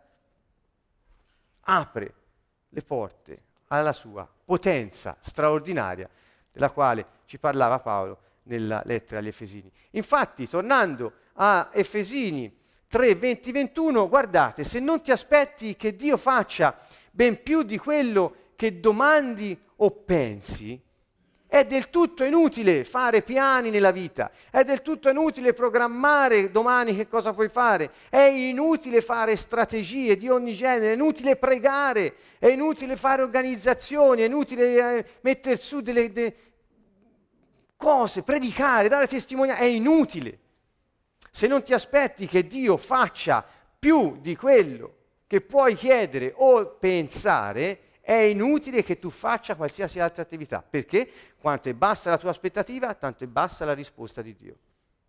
apre le porte alla sua potenza straordinaria, della quale ci parlava Paolo nella lettera agli Efesini. Infatti, tornando a Efesini tre, venti, ventuno, guardate, se non ti aspetti che Dio faccia ben più di quello che domandi o pensi, è del tutto inutile fare piani nella vita, è del tutto inutile programmare domani che cosa puoi fare, è inutile fare strategie di ogni genere, è inutile pregare, è inutile fare organizzazioni, è inutile eh, mettere su delle de cose, predicare, dare testimonianza, è inutile. Se non ti aspetti che Dio faccia più di quello che puoi chiedere o pensare, è inutile che tu faccia qualsiasi altra attività. Perché? Quanto è bassa la tua aspettativa, tanto è bassa la risposta di Dio.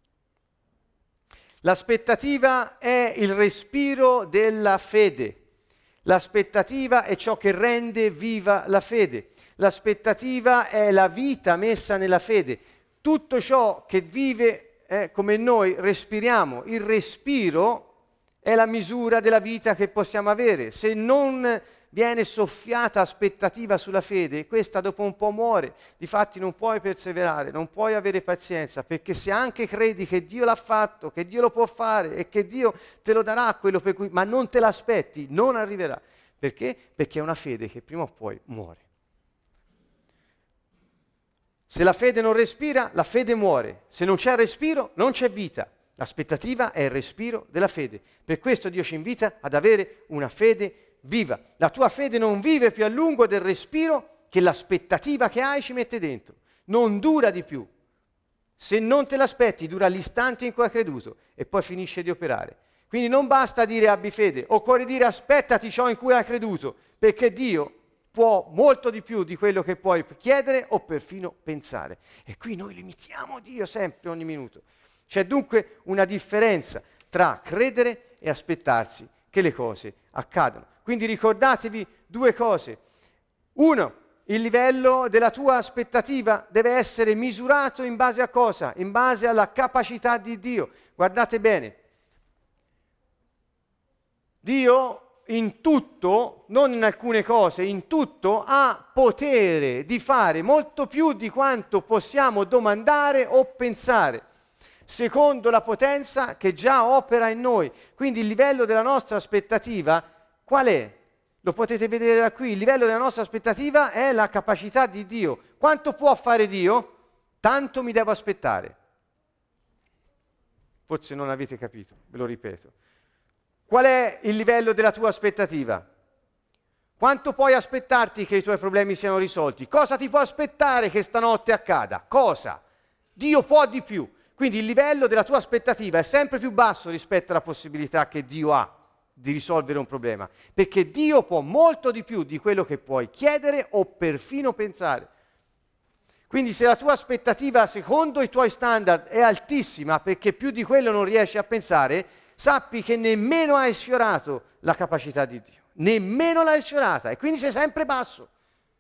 L'aspettativa è il respiro della fede. L'aspettativa è ciò che rende viva la fede. L'aspettativa è la vita messa nella fede. Tutto ciò che vive è come noi respiriamo. Il respiro è la misura della vita che possiamo avere. Se non viene soffiata aspettativa sulla fede, questa dopo un po' muore. Difatti non puoi perseverare, non puoi avere pazienza, perché se anche credi che Dio l'ha fatto, che Dio lo può fare e che Dio te lo darà quello per cui, ma non te l'aspetti, non arriverà. Perché? Perché è una fede che prima o poi muore. Se la fede non respira, la fede muore. Se non c'è respiro, non c'è vita. L'aspettativa è il respiro della fede. Per questo Dio ci invita ad avere una fede viva. La tua fede non vive più a lungo del respiro che l'aspettativa che hai ci mette dentro. Non dura di più. Se non te l'aspetti, dura l'istante in cui hai creduto e poi finisce di operare. Quindi non basta dire abbi fede, occorre dire aspettati ciò in cui hai creduto, perché Dio può molto di più di quello che puoi chiedere o perfino pensare. E qui noi limitiamo Dio sempre, ogni minuto. C'è dunque una differenza tra credere e aspettarsi che le cose accadano. Quindi ricordatevi due cose. Uno, il livello della tua aspettativa deve essere misurato in base a cosa? In base alla capacità di Dio. Guardate bene. Dio in tutto, non in alcune cose, in tutto ha potere di fare molto più di quanto possiamo domandare o pensare, secondo la potenza che già opera in noi. Quindi il livello della nostra aspettativa qual è? Lo potete vedere da qui. Il livello della nostra aspettativa è la capacità di Dio. Quanto può fare Dio? Tanto mi devo aspettare. Forse non avete capito, ve lo ripeto. Qual è il livello della tua aspettativa? Quanto puoi aspettarti che i tuoi problemi siano risolti? Cosa ti può aspettare che stanotte accada? Cosa? Dio può di più. Quindi il livello della tua aspettativa è sempre più basso rispetto alla possibilità che Dio ha di risolvere un problema, perché Dio può molto di più di quello che puoi chiedere o perfino pensare. Quindi se la tua aspettativa secondo i tuoi standard è altissima perché più di quello non riesci a pensare, sappi che nemmeno hai sfiorato la capacità di Dio, nemmeno l'hai sfiorata e quindi sei sempre basso.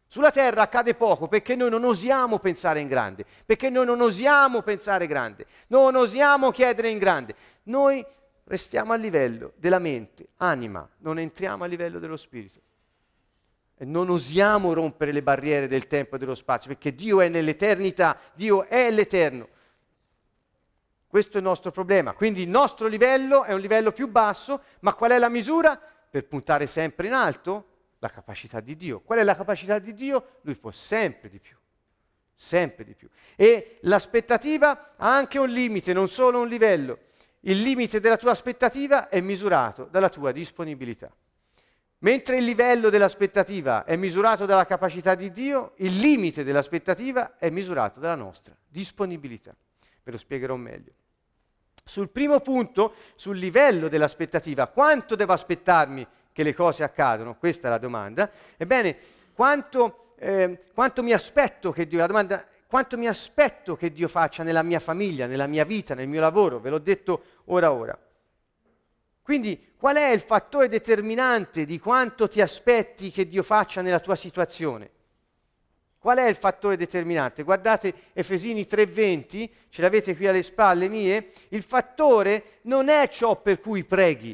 Sulla terra accade poco perché noi non osiamo pensare in grande, perché noi non osiamo pensare grande, non osiamo chiedere in grande. Noi restiamo a livello della mente, anima, non entriamo a livello dello spirito. E non osiamo rompere le barriere del tempo e dello spazio, perché Dio è nell'eternità, Dio è l'eterno. Questo è il nostro problema. Quindi il nostro livello è un livello più basso, ma qual è la misura? Per puntare sempre in alto? La capacità di Dio. Qual è la capacità di Dio? Lui può sempre di più, sempre di più. E l'aspettativa ha anche un limite, non solo un livello. Il limite della tua aspettativa è misurato dalla tua disponibilità. Mentre il livello dell'aspettativa è misurato dalla capacità di Dio, il limite dell'aspettativa è misurato dalla nostra disponibilità. Ve lo spiegherò meglio. Sul primo punto, sul livello dell'aspettativa, quanto devo aspettarmi che le cose accadano? Questa è la domanda. Ebbene, quanto, eh, quanto mi aspetto che Dio, la domanda, quanto mi aspetto che Dio faccia nella mia famiglia, nella mia vita, nel mio lavoro? Ve l'ho detto ora ora. Quindi, qual è il fattore determinante di quanto ti aspetti che Dio faccia nella tua situazione? Qual è il fattore determinante? Guardate Efesini tre venti, ce l'avete qui alle spalle mie. Il fattore non è ciò per cui preghi.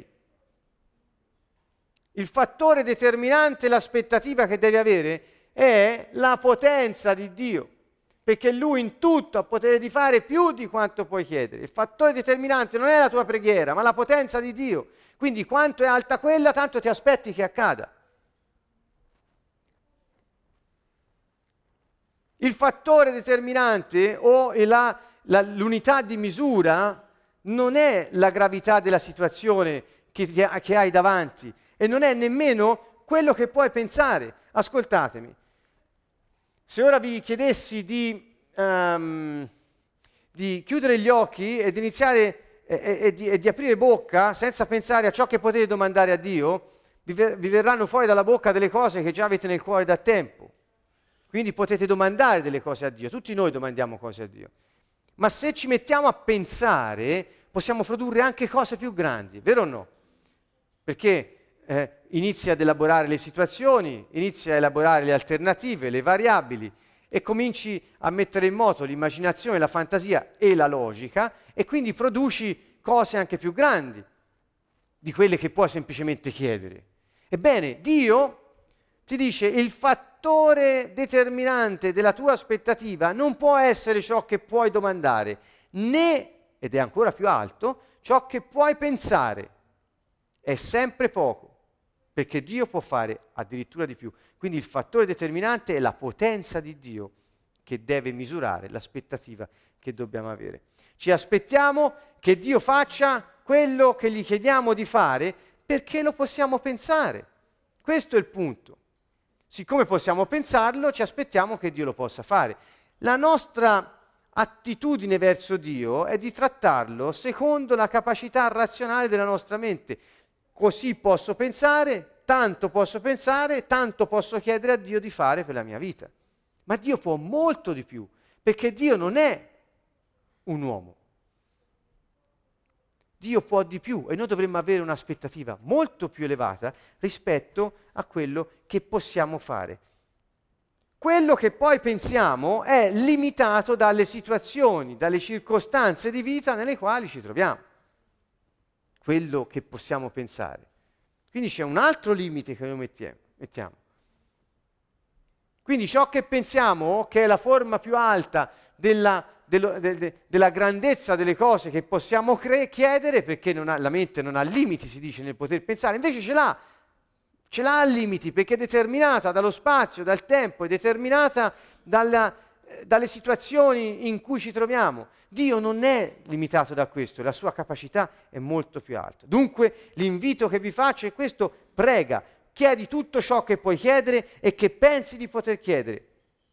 Il fattore determinante, l'aspettativa che devi avere, è la potenza di Dio, perché Lui in tutto ha potere di fare più di quanto puoi chiedere. Il fattore determinante non è la tua preghiera, ma la potenza di Dio. Quindi quanto è alta quella, tanto ti aspetti che accada. Il fattore determinante o la, la, l'unità di misura non è la gravità della situazione che, ti, che hai davanti e non è nemmeno quello che puoi pensare. Ascoltatemi, se ora vi chiedessi di, um, di chiudere gli occhi ed iniziare e, e, e, di, e di aprire bocca senza pensare a ciò che potete domandare a Dio, vi, ver- vi verranno fuori dalla bocca delle cose che già avete nel cuore da tempo. Quindi potete domandare delle cose a Dio, tutti noi domandiamo cose a Dio. Ma se ci mettiamo a pensare, possiamo produrre anche cose più grandi, vero o no? Perché eh, inizi ad elaborare le situazioni, inizi a elaborare le alternative, le variabili, e cominci a mettere in moto l'immaginazione, la fantasia e la logica, e quindi produci cose anche più grandi di quelle che puoi semplicemente chiedere. Ebbene, Dio ti dice il fattore determinante della tua aspettativa non può essere ciò che puoi domandare, né, ed è ancora più alto, ciò che puoi pensare. È sempre poco, perché Dio può fare addirittura di più. Quindi il fattore determinante è la potenza di Dio che deve misurare l'aspettativa che dobbiamo avere. Ci aspettiamo che Dio faccia quello che gli chiediamo di fare perché lo possiamo pensare. Questo è il punto. Siccome possiamo pensarlo, ci aspettiamo che Dio lo possa fare. La nostra attitudine verso Dio è di trattarlo secondo la capacità razionale della nostra mente. Così posso pensare, tanto posso pensare, tanto posso chiedere a Dio di fare per la mia vita. Ma Dio può molto di più, perché Dio non è un uomo. Dio può di più e noi dovremmo avere un'aspettativa molto più elevata rispetto a quello che possiamo fare. Quello che poi pensiamo è limitato dalle situazioni, dalle circostanze di vita nelle quali ci troviamo. Quello che possiamo pensare. Quindi c'è un altro limite che noi mettiamo. Quindi ciò che pensiamo, che è la forma più alta della Dello, de, de, della grandezza delle cose che possiamo cre- chiedere, perché non ha, la mente non ha limiti, si dice, nel poter pensare, invece ce l'ha, ce l'ha a limiti, perché è determinata dallo spazio, dal tempo, è determinata dalla, eh, dalle situazioni in cui ci troviamo. Dio non è limitato da questo, la sua capacità è molto più alta. Dunque l'invito che vi faccio è questo: prega, chiedi tutto ciò che puoi chiedere e che pensi di poter chiedere.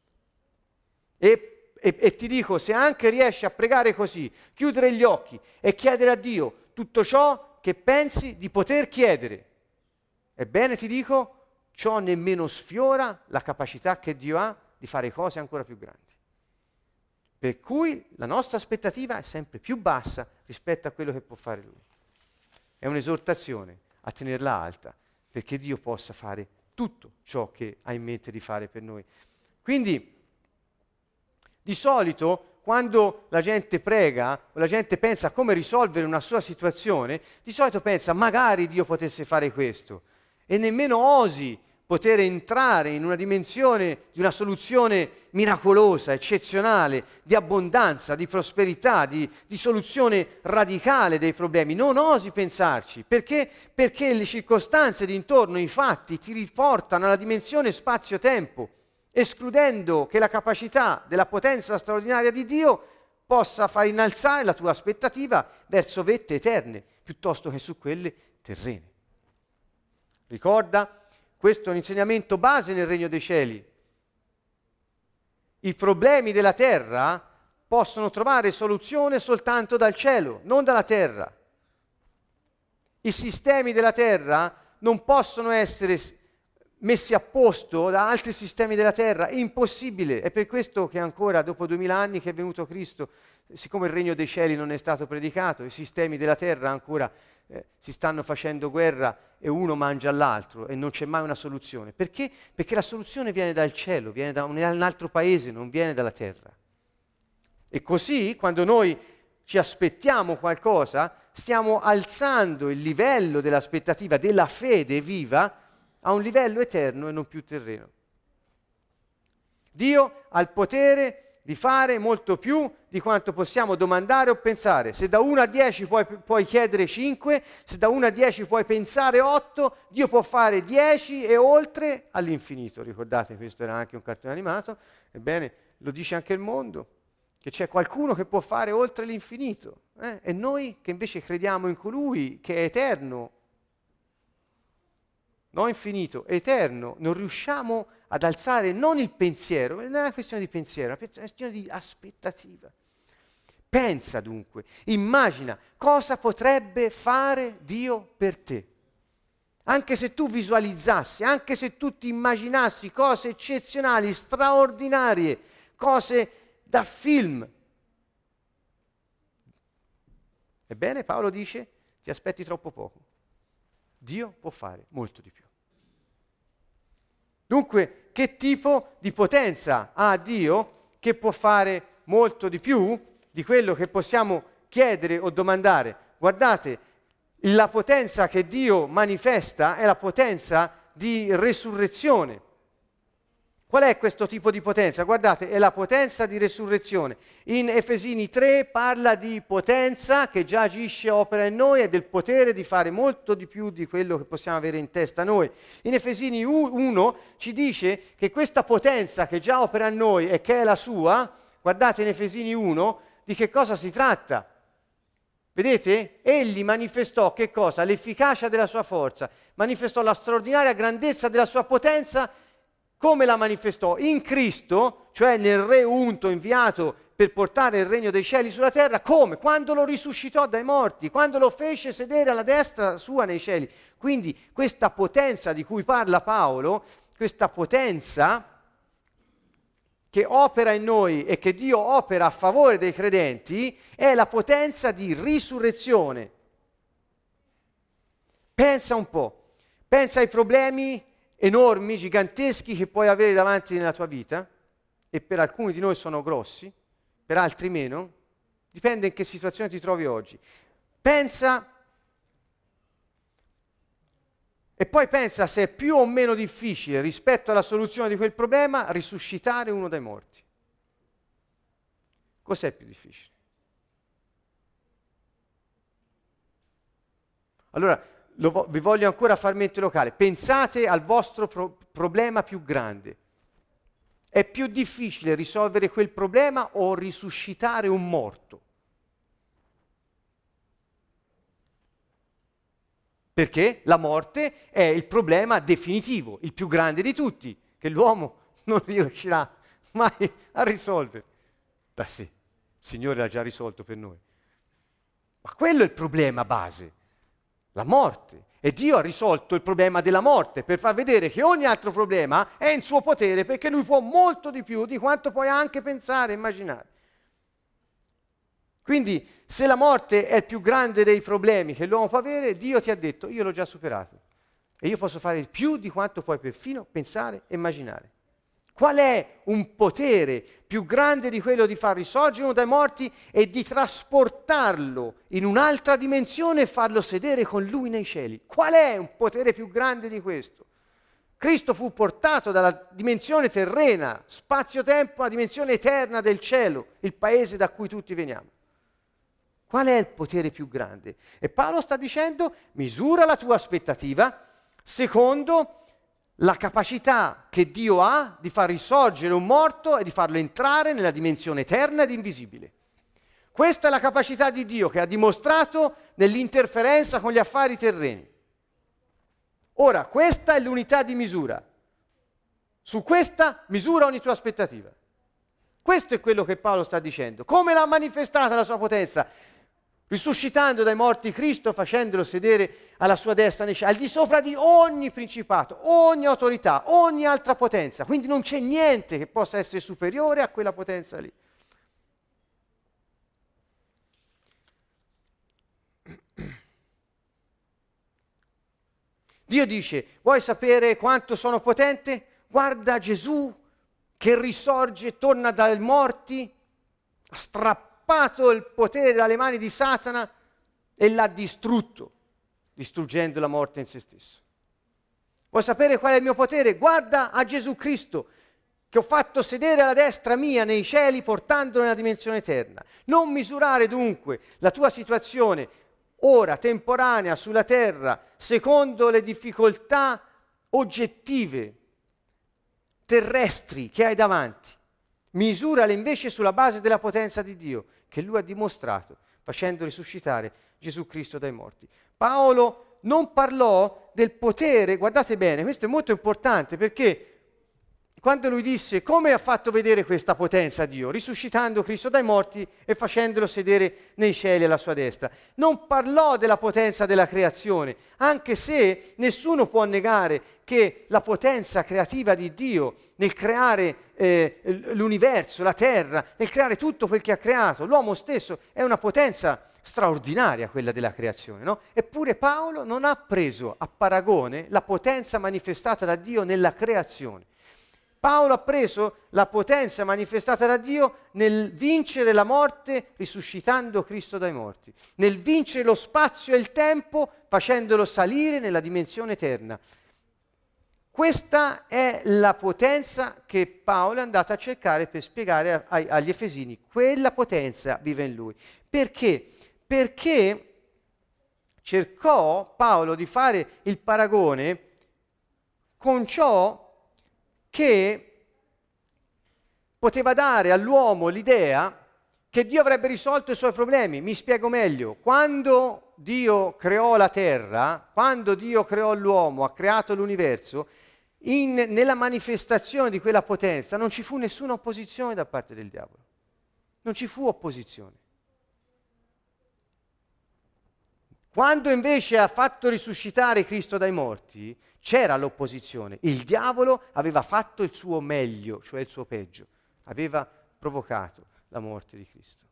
E E, e ti dico, se anche riesci a pregare così, chiudere gli occhi e chiedere a Dio tutto ciò che pensi di poter chiedere, ebbene ti dico, ciò nemmeno sfiora la capacità che Dio ha di fare cose ancora più grandi. Per cui la nostra aspettativa è sempre più bassa rispetto a quello che può fare Lui. È un'esortazione a tenerla alta, perché Dio possa fare tutto ciò che ha in mente di fare per noi. Quindi, di solito, quando la gente prega o la gente pensa a come risolvere una sua situazione, di solito pensa magari Dio potesse fare questo e nemmeno osi poter entrare in una dimensione di una soluzione miracolosa, eccezionale, di abbondanza, di prosperità, di, di soluzione radicale dei problemi. Non osi pensarci. Perché? Perché le circostanze d'intorno, i fatti, ti riportano alla dimensione spazio-tempo, escludendo che la capacità della potenza straordinaria di Dio possa far innalzare la tua aspettativa verso vette eterne, piuttosto che su quelle terrene. Ricorda, questo è un insegnamento base nel regno dei cieli. I problemi della terra possono trovare soluzione soltanto dal cielo, non dalla terra. I sistemi della terra non possono essere messi a posto da altri sistemi della terra, è impossibile. È per questo che ancora dopo duemila anni che è venuto Cristo, siccome il regno dei cieli non è stato predicato, i sistemi della terra ancora eh, si stanno facendo guerra e uno mangia all'altro e non c'è mai una soluzione. Perché? Perché la soluzione viene dal cielo, viene da un, un altro paese, non viene dalla terra. E così, quando noi ci aspettiamo qualcosa, stiamo alzando il livello dell'aspettativa, della fede viva, a un livello eterno e non più terreno. Dio ha il potere di fare molto più di quanto possiamo domandare o pensare. Se da uno a dieci puoi, puoi chiedere cinque, se da uno a dieci puoi pensare otto, Dio può fare dieci e oltre all'infinito. Ricordate, questo era anche un cartone animato. Ebbene, lo dice anche il mondo, che c'è qualcuno che può fare oltre l'infinito. Eh? E noi che invece crediamo in colui che è eterno, non infinito, eterno, non riusciamo ad alzare non il pensiero, non è una questione di pensiero, è una questione di aspettativa. Pensa dunque, immagina cosa potrebbe fare Dio per te. Anche se tu visualizzassi, anche se tu ti immaginassi cose eccezionali, straordinarie, cose da film. Ebbene, Paolo dice, ti aspetti troppo poco. Dio può fare molto di più. Dunque, che tipo di potenza ha Dio che può fare molto di più di quello che possiamo chiedere o domandare? Guardate, la potenza che Dio manifesta è la potenza di resurrezione. Qual è questo tipo di potenza? Guardate, è la potenza di resurrezione. In Efesini tre parla di potenza che già agisce, opera in noi e del potere di fare molto di più di quello che possiamo avere in testa noi. In Efesini uno ci dice che questa potenza che già opera in noi e che è la sua, guardate in Efesini uno, di che cosa si tratta? Vedete? Egli manifestò che cosa? L'efficacia della sua forza, manifestò la straordinaria grandezza della sua potenza. Come la manifestò? In Cristo, cioè nel Re unto inviato per portare il regno dei cieli sulla terra. Come? Quando lo risuscitò dai morti, quando lo fece sedere alla destra sua nei cieli. Quindi questa potenza di cui parla Paolo, questa potenza che opera in noi e che Dio opera a favore dei credenti, è la potenza di risurrezione. Pensa un po', pensa ai problemi enormi, giganteschi che puoi avere davanti nella tua vita, e per alcuni di noi sono grossi, per altri meno, dipende in che situazione ti trovi oggi. Pensa, e poi pensa se è più o meno difficile rispetto alla soluzione di quel problema risuscitare uno dai morti. Cos'è più difficile? Allora, Lo vo- vi voglio ancora far mente locale. Pensate al vostro pro- problema più grande. È più difficile risolvere quel problema o risuscitare un morto? Perché la morte è il problema definitivo, il più grande di tutti, che l'uomo non riuscirà mai a risolvere da sé. Il Signore l'ha già risolto per noi. Ma quello è il problema base. La morte. E Dio ha risolto il problema della morte per far vedere che ogni altro problema è in suo potere, perché Lui può molto di più di quanto puoi anche pensare e immaginare. Quindi, se la morte è il più grande dei problemi che l'uomo può avere, Dio ti ha detto, io l'ho già superato. E io posso fare più di quanto puoi perfino pensare e immaginare. Qual è un potere più grande di quello di far risorgere uno dai morti e di trasportarlo in un'altra dimensione e farlo sedere con lui nei cieli? Qual è un potere più grande di questo? Cristo fu portato dalla dimensione terrena, spazio-tempo, alla dimensione eterna del cielo, il paese da cui tutti veniamo. Qual è il potere più grande? E Paolo sta dicendo, misura la tua aspettativa secondo la capacità che Dio ha di far risorgere un morto e di farlo entrare nella dimensione eterna ed invisibile. Questa è la capacità di Dio che ha dimostrato nell'interferenza con gli affari terreni. Ora, questa è l'unità di misura. Su questa misura ogni tua aspettativa. Questo è quello che Paolo sta dicendo. Come l'ha manifestata la sua potenza? Risuscitando dai morti Cristo, facendolo sedere alla sua destra, al di sopra di ogni principato, ogni autorità, ogni altra potenza. Quindi non c'è niente che possa essere superiore a quella potenza lì. Dio dice, vuoi sapere quanto sono potente? Guarda Gesù che risorge, torna dai morti, strappato il potere dalle mani di Satana e l'ha distrutto, distruggendo la morte in se stesso. Vuoi sapere qual è il mio potere? Guarda a Gesù Cristo, che ho fatto sedere alla destra mia nei cieli, portandolo nella dimensione eterna. Non misurare dunque la tua situazione ora temporanea sulla terra secondo le difficoltà oggettive, terrestri che hai davanti. Misurale invece sulla base della potenza di Dio che Lui ha dimostrato facendo risuscitare Gesù Cristo dai morti. Paolo non parlò del potere, guardate bene, questo è molto importante perché quando lui disse come ha fatto vedere questa potenza Dio, risuscitando Cristo dai morti e facendolo sedere nei cieli alla sua destra, non parlò della potenza della creazione, anche se nessuno può negare che la potenza creativa di Dio nel creare eh, l'universo, la terra, nel creare tutto quel che ha creato, l'uomo stesso è una potenza straordinaria quella della creazione, no? Eppure Paolo non ha preso a paragone la potenza manifestata da Dio nella creazione. Paolo ha preso la potenza manifestata da Dio nel vincere la morte risuscitando Cristo dai morti, nel vincere lo spazio e il tempo facendolo salire nella dimensione eterna. Questa è la potenza che Paolo è andato a cercare per spiegare a, a, agli Efesini. Quella potenza vive in lui. Perché? Perché cercò Paolo di fare il paragone con ciò che poteva dare all'uomo l'idea che Dio avrebbe risolto i suoi problemi. Mi spiego meglio. Quando Dio creò la terra, quando Dio creò l'uomo, ha creato l'universo, in, nella manifestazione di quella potenza non ci fu nessuna opposizione da parte del diavolo. Non ci fu opposizione. Quando invece ha fatto risuscitare Cristo dai morti, c'era l'opposizione. Il diavolo aveva fatto il suo meglio, cioè il suo peggio. Aveva provocato la morte di Cristo.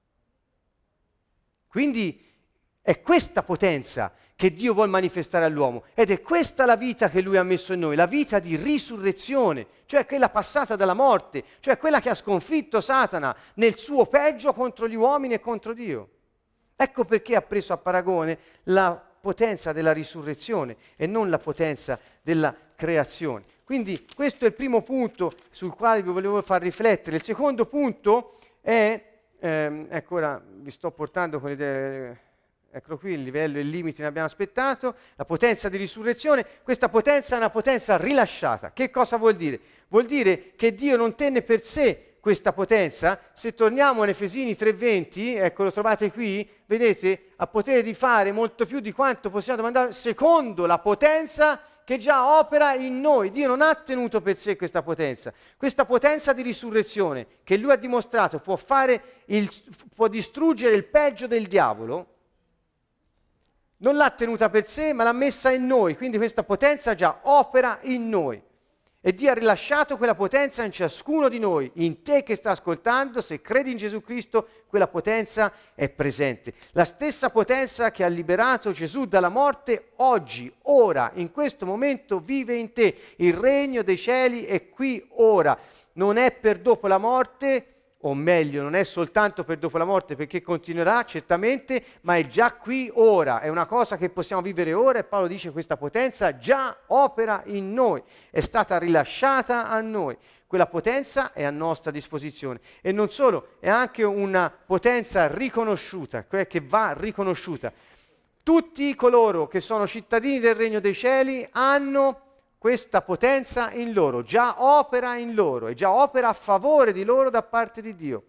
Quindi è questa potenza che Dio vuole manifestare all'uomo ed è questa la vita che Lui ha messo in noi, la vita di risurrezione, cioè quella passata dalla morte, cioè quella che ha sconfitto Satana nel suo peggio contro gli uomini e contro Dio. Ecco perché ha preso a paragone la potenza della risurrezione e non la potenza della creazione. Quindi questo è il primo punto sul quale vi volevo far riflettere. Il secondo punto è, ehm, ecco ora vi sto portando con l'idea, eccolo qui, il livello e il limite ne abbiamo aspettato, la potenza di risurrezione. Questa potenza è una potenza rilasciata. Che cosa vuol dire? Vuol dire che Dio non tenne per sé questa potenza. Se torniamo in Efesini tre venti, ecco lo trovate qui, vedete, ha potere di fare molto più di quanto possiamo domandare secondo la potenza che già opera in noi. Dio non ha tenuto per sé questa potenza, questa potenza di risurrezione che Lui ha dimostrato può fare il, può distruggere il peggio del diavolo. Non l'ha tenuta per sé, ma l'ha messa in noi, quindi questa potenza già opera in noi. E Dio ha rilasciato quella potenza in ciascuno di noi, in te che sta ascoltando. Se credi in Gesù Cristo, quella potenza è presente. La stessa potenza che ha liberato Gesù dalla morte, oggi, ora, in questo momento vive in te. Il regno dei cieli è qui ora. Non è per dopo la morte, o meglio, non è soltanto per dopo la morte, perché continuerà certamente, ma è già qui ora, è una cosa che possiamo vivere ora, e Paolo dice che questa potenza già opera in noi, è stata rilasciata a noi, quella potenza è a nostra disposizione. E non solo, è anche una potenza riconosciuta, cioè che va riconosciuta. Tutti coloro che sono cittadini del regno dei cieli hanno questa potenza in loro, già opera in loro e già opera a favore di loro da parte di Dio.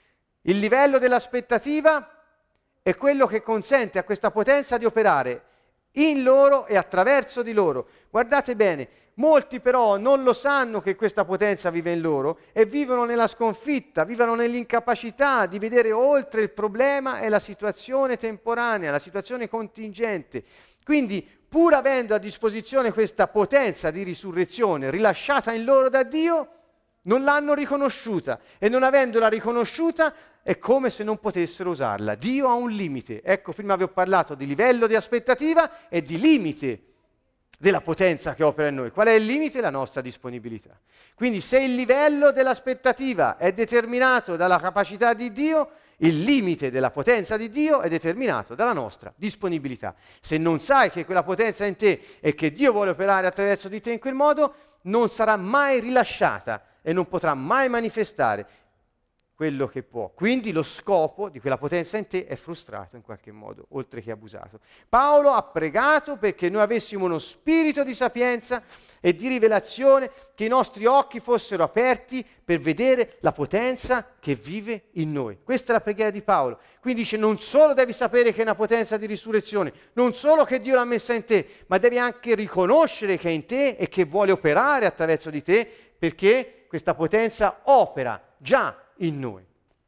Il livello dell'aspettativa è quello che consente a questa potenza di operare in loro e attraverso di loro. Guardate bene, molti però non lo sanno che questa potenza vive in loro e vivono nella sconfitta, vivono nell'incapacità di vedere oltre il problema e la situazione temporanea, la situazione contingente. Quindi, pur avendo a disposizione questa potenza di risurrezione rilasciata in loro da Dio, non l'hanno riconosciuta, e non avendola riconosciuta è come se non potessero usarla. Dio ha un limite. Ecco, prima vi ho parlato di livello di aspettativa e di limite della potenza che opera in noi. Qual è il limite? La nostra disponibilità. Quindi se il livello dell'aspettativa è determinato dalla capacità di Dio, il limite della potenza di Dio è determinato dalla nostra disponibilità. Se non sai che quella potenza è in te e che Dio vuole operare attraverso di te in quel modo, non sarà mai rilasciata e non potrà mai manifestare quello che può. Quindi lo scopo di quella potenza in te è frustrato in qualche modo, oltre che abusato. Paolo ha pregato perché noi avessimo uno spirito di sapienza e di rivelazione, che i nostri occhi fossero aperti per vedere la potenza che vive in noi. Questa è la preghiera di Paolo. Quindi dice: non solo devi sapere che è una potenza di risurrezione, non solo che Dio l'ha messa in te, ma devi anche riconoscere che è in te e che vuole operare attraverso di te, perché questa potenza opera già in noi.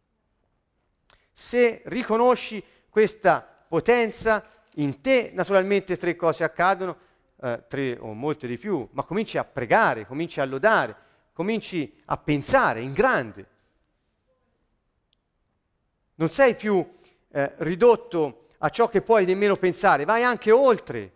Se riconosci questa potenza in te, naturalmente tre cose accadono, eh, tre o molte di più, ma cominci a pregare, cominci a lodare, cominci a pensare in grande. Non sei più eh, ridotto a ciò che puoi nemmeno pensare, vai anche oltre.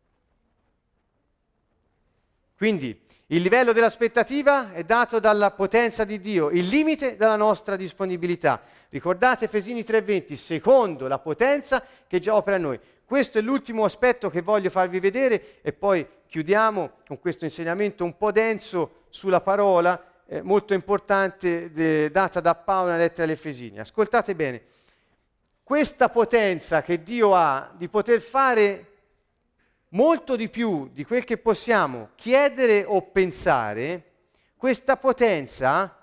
Quindi il livello dell'aspettativa è dato dalla potenza di Dio, il limite dalla nostra disponibilità. Ricordate Efesini tre venti, secondo la potenza che già opera in noi. Questo è l'ultimo aspetto che voglio farvi vedere e poi chiudiamo con questo insegnamento un po' denso sulla parola, eh, molto importante, de, data da Paolo nella lettera agli Efesini. Ascoltate bene, questa potenza che Dio ha di poter fare molto di più di quel che possiamo chiedere o pensare, questa potenza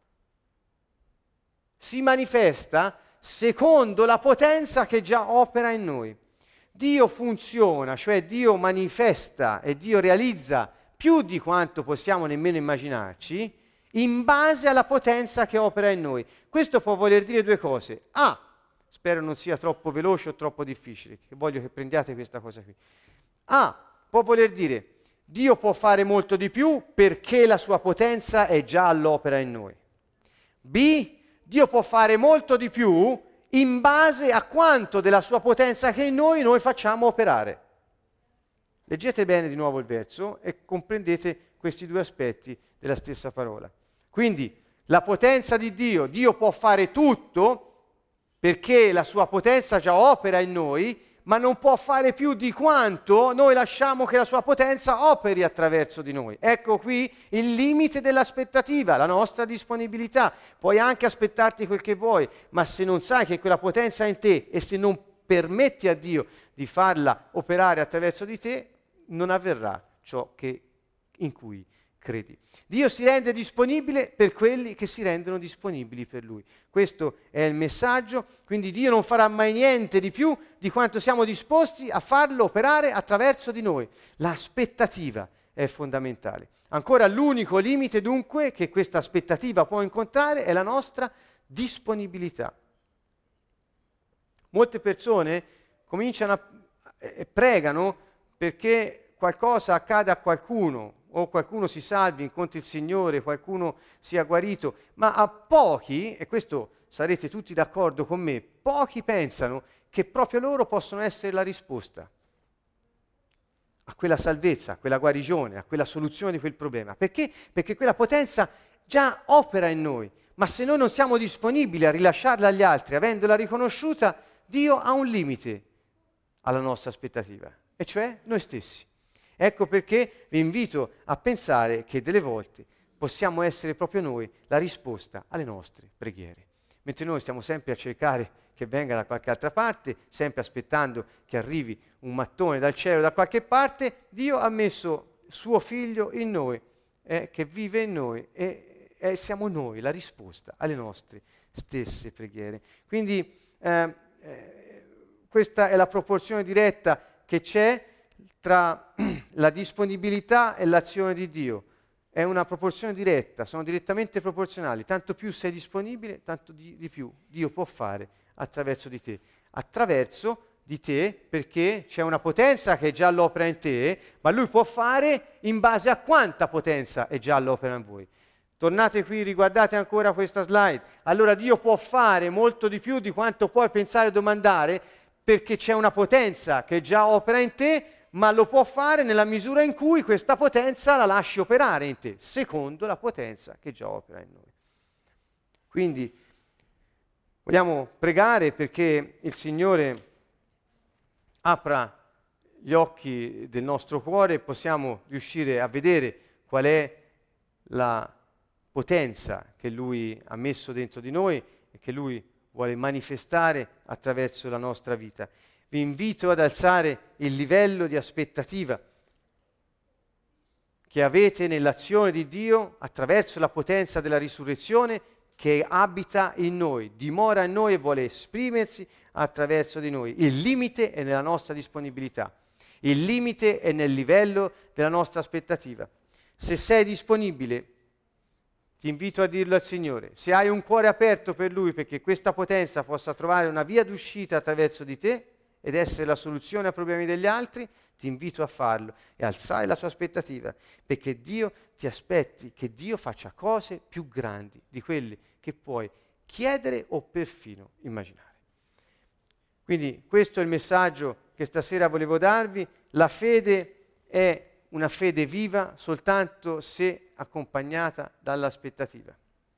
si manifesta secondo la potenza che già opera in noi. Dio funziona, cioè Dio manifesta e Dio realizza più di quanto possiamo nemmeno immaginarci, in base alla potenza che opera in noi. Questo può voler dire due cose. A, spero non sia troppo veloce o troppo difficile, che voglio che prendiate questa cosa qui. A, può voler dire, Dio può fare molto di più perché la sua potenza è già all'opera in noi. B, Dio può fare molto di più in base a quanto della sua potenza che è in noi noi facciamo operare. Leggete bene di nuovo il verso e comprendete questi due aspetti della stessa parola. Quindi la potenza di Dio, Dio può fare tutto perché la sua potenza già opera in noi, ma non può fare più di quanto noi lasciamo che la sua potenza operi attraverso di noi. Ecco qui il limite dell'aspettativa, la nostra disponibilità. Puoi anche aspettarti quel che vuoi, ma se non sai che quella potenza è in te e se non permetti a Dio di farla operare attraverso di te, non avverrà ciò che, in cui credi. Dio si rende disponibile per quelli che si rendono disponibili per Lui. Questo è il messaggio, quindi Dio non farà mai niente di più di quanto siamo disposti a farlo operare attraverso di noi. L'aspettativa è fondamentale. Ancora l'unico limite dunque che questa aspettativa può incontrare è la nostra disponibilità. Molte persone cominciano a, e pregano perché qualcosa accada a qualcuno, o qualcuno si salvi, incontri il Signore, qualcuno sia guarito, ma a pochi, e questo sarete tutti d'accordo con me, pochi pensano che proprio loro possono essere la risposta a quella salvezza, a quella guarigione, a quella soluzione di quel problema. Perché? Perché quella potenza già opera in noi, ma se noi non siamo disponibili a rilasciarla agli altri, avendola riconosciuta, Dio ha un limite alla nostra aspettativa, e cioè noi stessi. Ecco perché vi invito a pensare che delle volte possiamo essere proprio noi la risposta alle nostre preghiere. Mentre noi stiamo sempre a cercare che venga da qualche altra parte, sempre aspettando che arrivi un mattone dal cielo da qualche parte, Dio ha messo suo figlio in noi, eh, che vive in noi, e eh, siamo noi la risposta alle nostre stesse preghiere. Quindi eh, eh, questa è la proporzione diretta che c'è tra la disponibilità e l'azione di Dio. È una proporzione diretta, sono direttamente proporzionali. Tanto più sei disponibile, tanto di, di più Dio può fare attraverso di te. Attraverso di te, perché c'è una potenza che è già all'opera in te, ma Lui può fare in base a quanta potenza è già all'opera in voi. Tornate qui, riguardate ancora questa slide. Allora Dio può fare molto di più di quanto puoi pensare e domandare, perché c'è una potenza che già opera in te, ma lo può fare nella misura in cui questa potenza la lasci operare in te, secondo la potenza che già opera in noi. Quindi vogliamo pregare perché il Signore apra gli occhi del nostro cuore e possiamo riuscire a vedere qual è la potenza che Lui ha messo dentro di noi e che Lui vuole manifestare attraverso la nostra vita. Vi invito ad alzare il livello di aspettativa che avete nell'azione di Dio attraverso la potenza della risurrezione che abita in noi, dimora in noi e vuole esprimersi attraverso di noi. Il limite è nella nostra disponibilità, il limite è nel livello della nostra aspettativa. Se sei disponibile, ti invito a dirlo al Signore. Se hai un cuore aperto per Lui perché questa potenza possa trovare una via d'uscita attraverso di te ed essere la soluzione ai problemi degli altri, ti invito a farlo e alzare la tua aspettativa, perché Dio ti aspetti che Dio faccia cose più grandi di quelle che puoi chiedere o perfino immaginare. Quindi questo è il messaggio che stasera volevo darvi. La fede è una fede viva soltanto se accompagnata dall'aspettativa.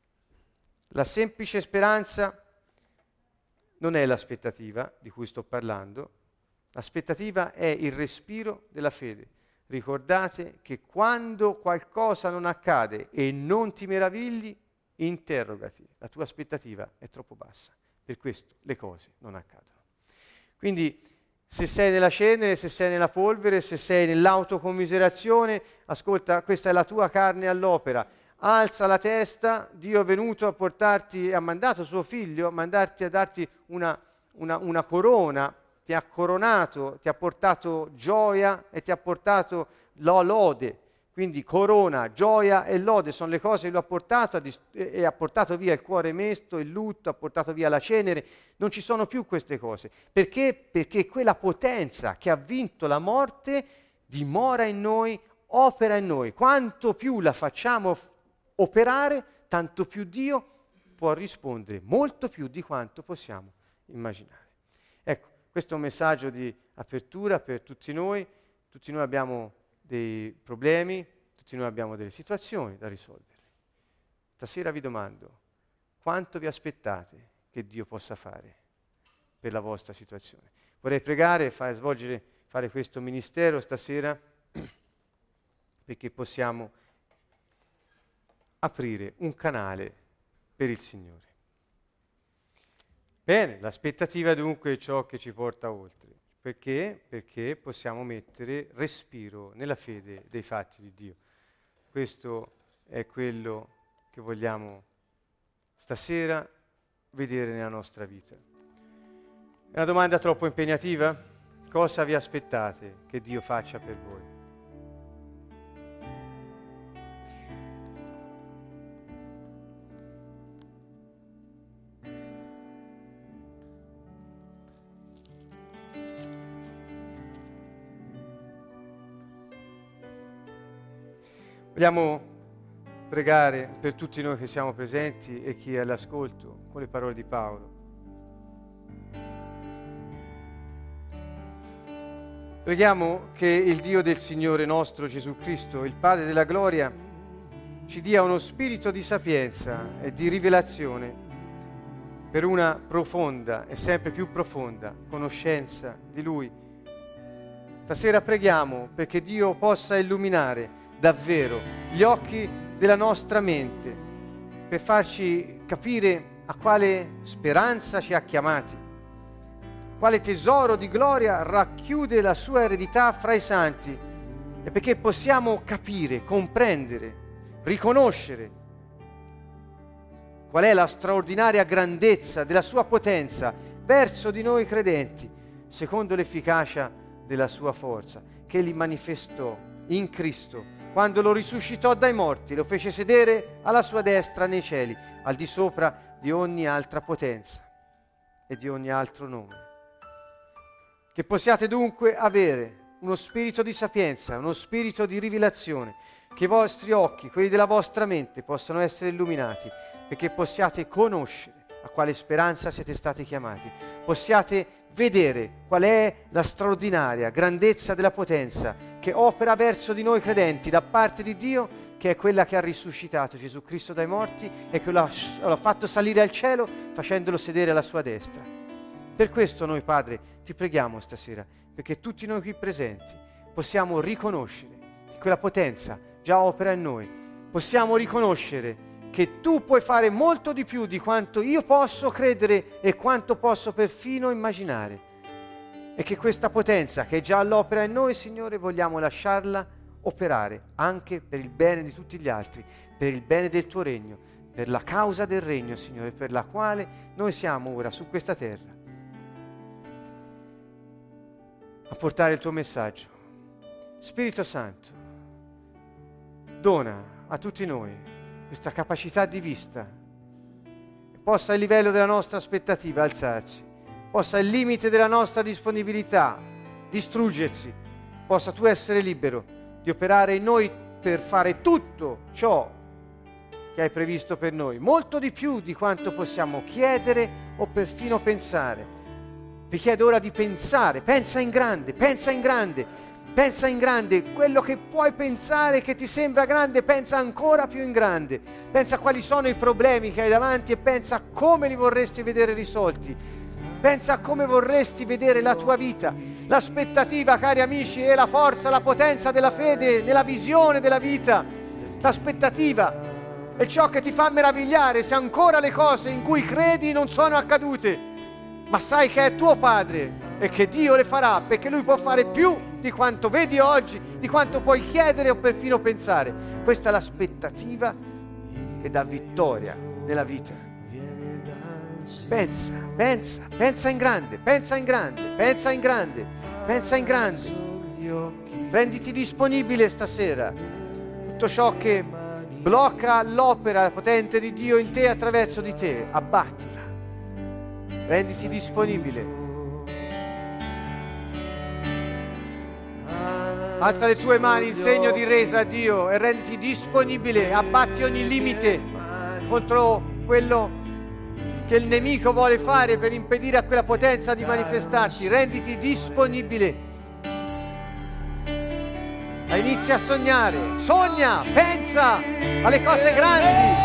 La semplice speranza non è l'aspettativa di cui sto parlando, l'aspettativa è il respiro della fede. Ricordate che quando qualcosa non accade e non ti meravigli, interrogati, la tua aspettativa è troppo bassa, per questo le cose non accadono. Quindi se sei nella cenere, se sei nella polvere, se sei nell'autocommiserazione, ascolta, questa è la tua carne all'opera. Alza la testa, Dio è venuto a portarti, ha mandato suo figlio, a mandarti a darti una, una, una corona, ti ha coronato, ti ha portato gioia e ti ha portato la lode. Quindi corona, gioia e lode sono le cose che lui ha portato a dis- e ha portato via il cuore mesto, il lutto, ha portato via la cenere. Non ci sono più queste cose. Perché? Perché quella potenza che ha vinto la morte dimora in noi, opera in noi. Quanto più la facciamo f- operare, tanto più Dio può rispondere, molto più di quanto possiamo immaginare. Ecco, questo è un messaggio di apertura per tutti noi. Tutti noi abbiamo dei problemi, tutti noi abbiamo delle situazioni da risolvere. Stasera vi domando, quanto vi aspettate che Dio possa fare per la vostra situazione? Vorrei pregare e fare, svolgere, fare questo ministero stasera perché possiamo aprire un canale per il Signore. Bene, l'aspettativa dunque è ciò che ci porta oltre. Perché? Perché possiamo mettere respiro nella fede dei fatti di Dio. Questo è quello che vogliamo stasera vedere nella nostra vita. È una domanda troppo impegnativa? Cosa vi aspettate che Dio faccia per voi? Vogliamo pregare per tutti noi che siamo presenti e chi è all'ascolto con le parole di Paolo. Preghiamo che il Dio del Signore nostro Gesù Cristo, il Padre della gloria, ci dia uno spirito di sapienza e di rivelazione per una profonda e sempre più profonda conoscenza di Lui. Stasera preghiamo perché Dio possa illuminare davvero gli occhi della nostra mente per farci capire a quale speranza ci ha chiamati, quale tesoro di gloria racchiude la sua eredità fra i santi, e perché possiamo capire, comprendere, riconoscere qual è la straordinaria grandezza della sua potenza verso di noi credenti, secondo l'efficacia della sua forza, che Egli manifestò in Cristo quando lo risuscitò dai morti, lo fece sedere alla sua destra nei cieli, al di sopra di ogni altra potenza e di ogni altro nome. Che possiate dunque avere uno spirito di sapienza, uno spirito di rivelazione, che i vostri occhi, quelli della vostra mente, possano essere illuminati, perché possiate conoscere a quale speranza siete stati chiamati, possiate vedere qual è la straordinaria grandezza della potenza che opera verso di noi credenti da parte di Dio, che è quella che ha risuscitato Gesù Cristo dai morti e che l'ha, l'ha fatto salire al cielo facendolo sedere alla sua destra. Per questo noi, Padre, ti preghiamo stasera, perché tutti noi qui presenti possiamo riconoscere che quella potenza già opera in noi, possiamo riconoscere che tu puoi fare molto di più di quanto io posso credere e quanto posso perfino immaginare, e che questa potenza che è già all'opera in noi, Signore, vogliamo lasciarla operare anche per il bene di tutti gli altri, per il bene del tuo regno, per la causa del regno, Signore, per la quale noi siamo ora su questa terra a portare il tuo messaggio. Spirito Santo, dona a tutti noi questa capacità di vista, che possa il livello della nostra aspettativa alzarsi, possa il limite della nostra disponibilità distruggersi, possa tu essere libero di operare in noi per fare tutto ciò che hai previsto per noi, molto di più di quanto possiamo chiedere o perfino pensare. Vi chiedo ora di pensare, pensa in grande, pensa in grande, pensa in grande, quello che puoi pensare che ti sembra grande, pensa ancora più in grande, pensa a quali sono i problemi che hai davanti e pensa a come li vorresti vedere risolti, pensa a come vorresti vedere la tua vita. L'aspettativa, cari amici, è la forza, la potenza della fede nella visione della vita. L'aspettativa è ciò che ti fa meravigliare se ancora le cose in cui credi non sono accadute, ma sai che è tuo Padre e che Dio le farà, perché Lui può fare più di quanto vedi oggi, di quanto puoi chiedere o perfino pensare. Questa è l'aspettativa che dà vittoria nella vita. Pensa, pensa, pensa in grande, pensa in grande, pensa in grande, pensa in grande. Renditi disponibile stasera. Tutto ciò che blocca l'opera potente di Dio in te e attraverso di te, abbattila. Renditi disponibile. Alza le tue mani in segno di resa a Dio e renditi disponibile. Abbatti ogni limite contro quello che il nemico vuole fare per impedire a quella potenza di manifestarsi. Renditi disponibile. E inizia a sognare. Sogna, pensa alle cose grandi.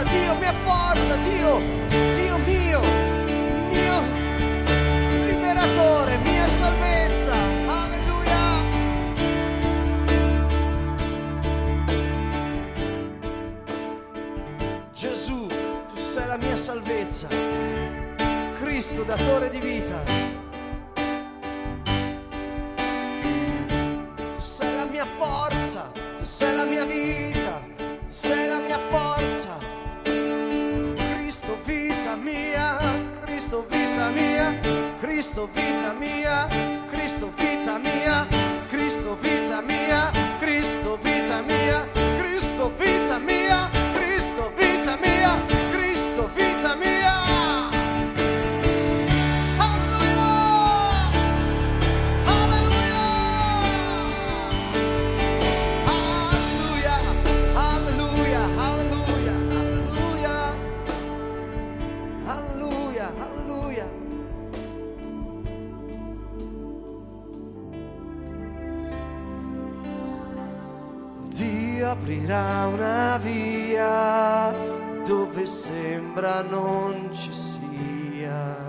Dio mia forza, Dio, Dio mio, mio liberatore, mia salvezza. Alleluia. Gesù, tu sei la mia salvezza. Cristo, datore di vita. Tu sei la mia forza, tu sei la mia vita, tu sei la mia forza. Cristo, vita mia, Cristo, vita mia, Cristo, vita mia, Cristo, vita mia, Cristo, vita mia, Cristo, vita mia, Cristo, vita mia, Cristo, vita mia, Cristo, vita mia. Aprirà una via dove sembra non ci sia,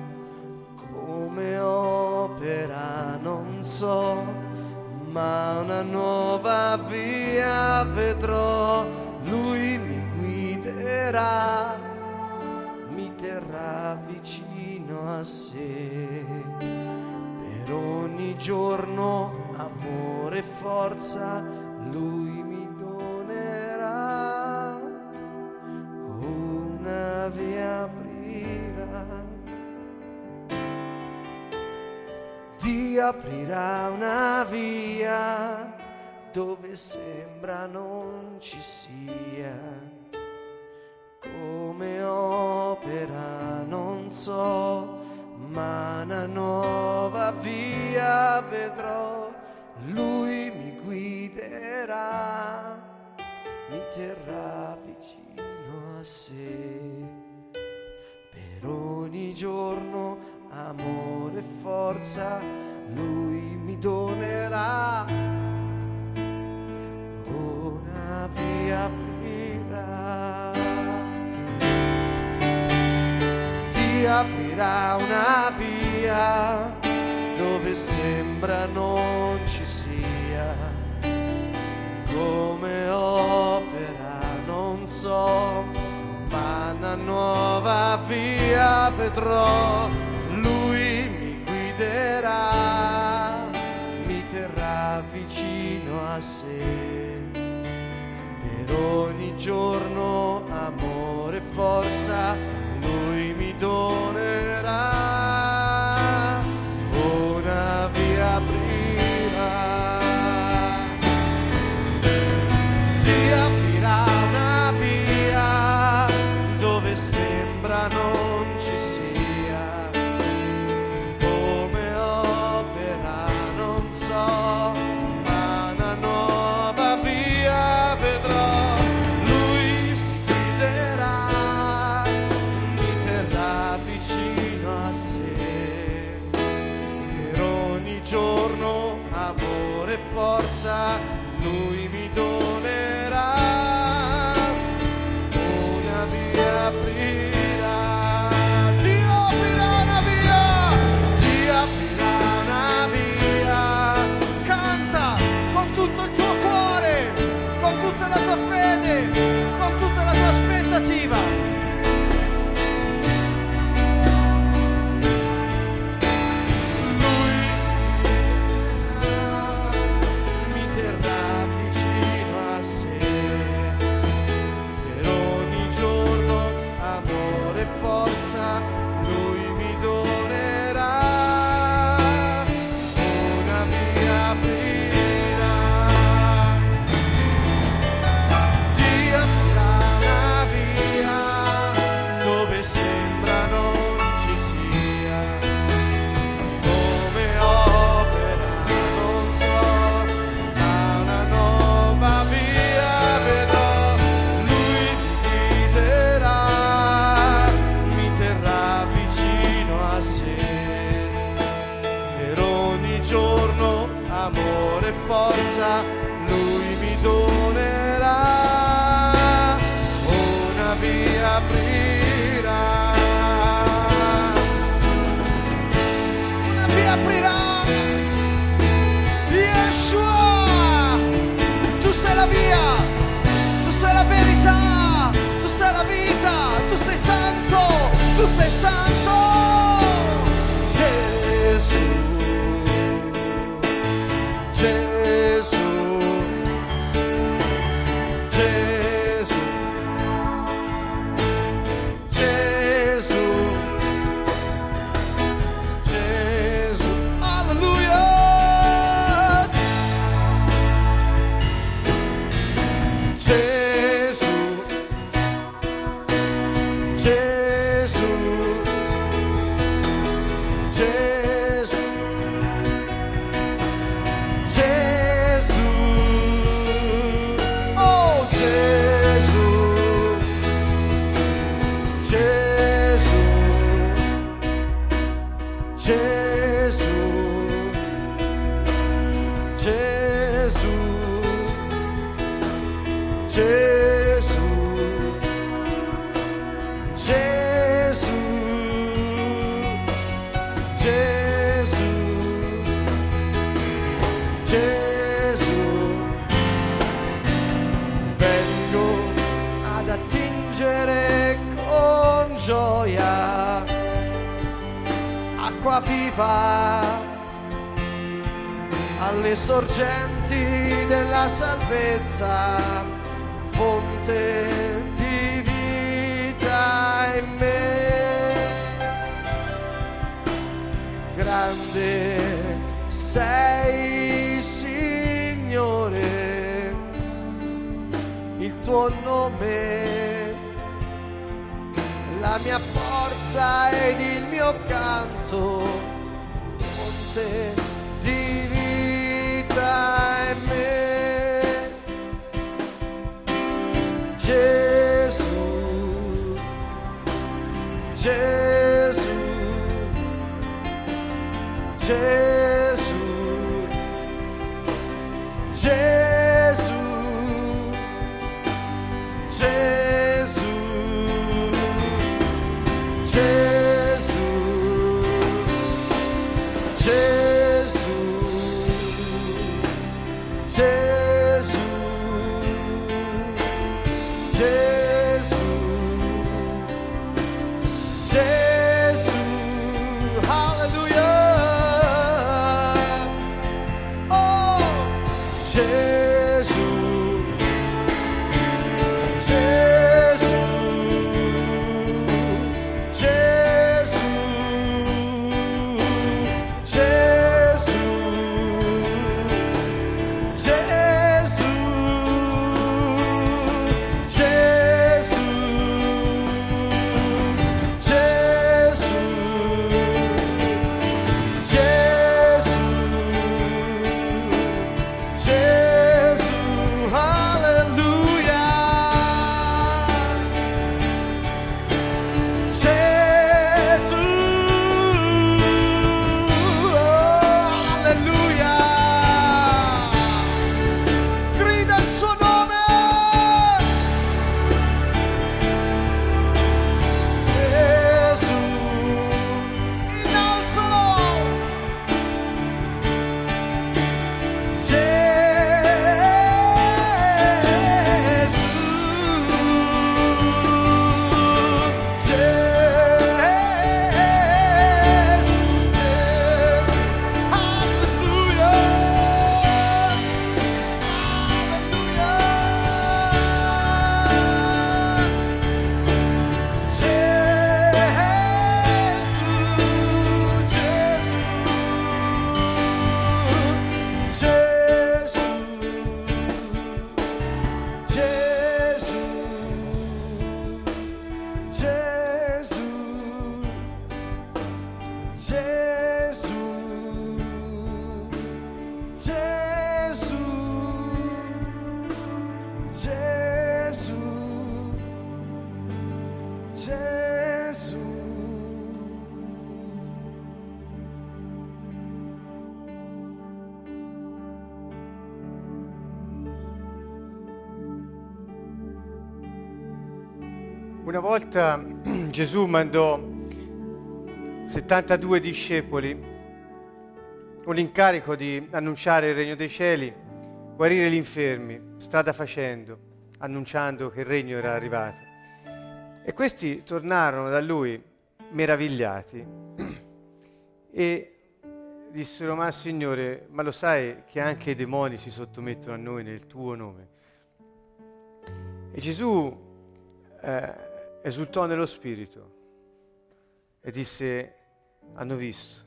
come opera non so, ma una nuova via vedrò. Lui mi guiderà, mi terrà vicino a sé, per ogni giorno amore e forza Lui mi donerà, una via aprirà, Dio aprirà una via dove sembra non ci sia, come opera non so, ma una nuova via vedrò. Lui mi guiderà, mi terrà vicino a sé, per ogni giorno amore e forza Lui mi donerà, una via aprirà, Dio aprirà una via dove sembra non ci sia, come opera non so, ma una nuova via vedrò. Lui mi guiderà, mi terrà vicino a sé, per ogni giorno amore e forza Lui mi donerà, una via aprirà, Dio aprirà una via dove sembra non ci sia, come opera non so, ma una nuova via vedrò. Lui mi guiderà, mi terrà vicino a sé, per ogni giorno amore e forza Lui mi donerà, una via aprirà, Dio aprirà una via, Dio aprirà una via. Canta con tutto il tuo cuore, con tutta la tua fede, con tutta la tua aspettativa. Lui mi donerà, una via aprirà, Dio aprirà una via dove sembra non ci sia, come opera non so, ma una nuova via vedrò. Lui mi guiderà, per ogni giorno amore e forza Lui mi donerà, una via Gesù, Gesù, Gesù, Gesù, alleluia. Gesù, Gesù, Gesù, Gesù, oh Gesù, Gesù, Gesù, Gesù, Gesù, Gesù, Gesù, Gesù, vengo ad attingere con gioia acqua viva alle sorgenti della salvezza, fonte di vita in me. Grande sei, Signore, il tuo nome, la mia forza ed il mio canto, fonte di vita in me. Gesù, Gesù, Gesù, Gesù, Gesù, Gesù, Gesù, Gesù, Gesù, Gesù, hallelujah, oh, Gesù, Gesù, Gesù, Gesù, Gesù, Gesù, Gesù, Gesù, Gesù, alleluia. Gesù, oh, alleluia. Grida il suo nome. Gesù, innalzalo. Gesù, Gesù, alleluia, Gesù. Una volta Gesù mandò settantadue discepoli con l'incarico di annunciare il regno dei cieli, guarire gli infermi, strada facendo, annunciando che il regno era arrivato. E questi tornarono da lui meravigliati e dissero: ma Signore, ma lo sai che anche i demoni si sottomettono a noi nel tuo nome? E Gesù eh, esultò nello spirito e disse: hanno visto.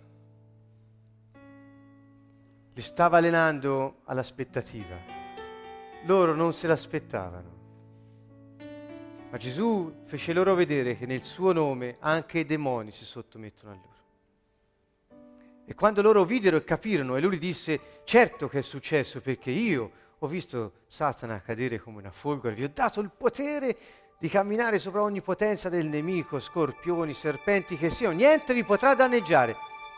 Li stava allenando all'aspettativa. Loro non se l'aspettavano. Ma Gesù fece loro vedere che nel suo nome anche i demoni si sottomettono a loro. E quando loro videro e capirono, e lui disse: certo che è successo, perché io ho visto Satana cadere come una folgore, vi ho dato il potere di camminare sopra ogni potenza del nemico, scorpioni, serpenti che siano, niente vi potrà danneggiare.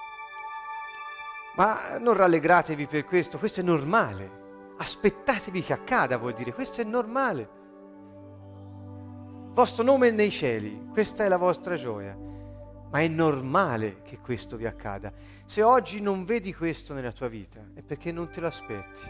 Ma non rallegratevi per questo, questo è normale. Aspettatevi che accada, vuol dire, questo è normale. Vostro nome è nei cieli, questa è la vostra gioia. Ma è normale che questo vi accada. Se oggi non vedi questo nella tua vita, è perché non te lo aspetti.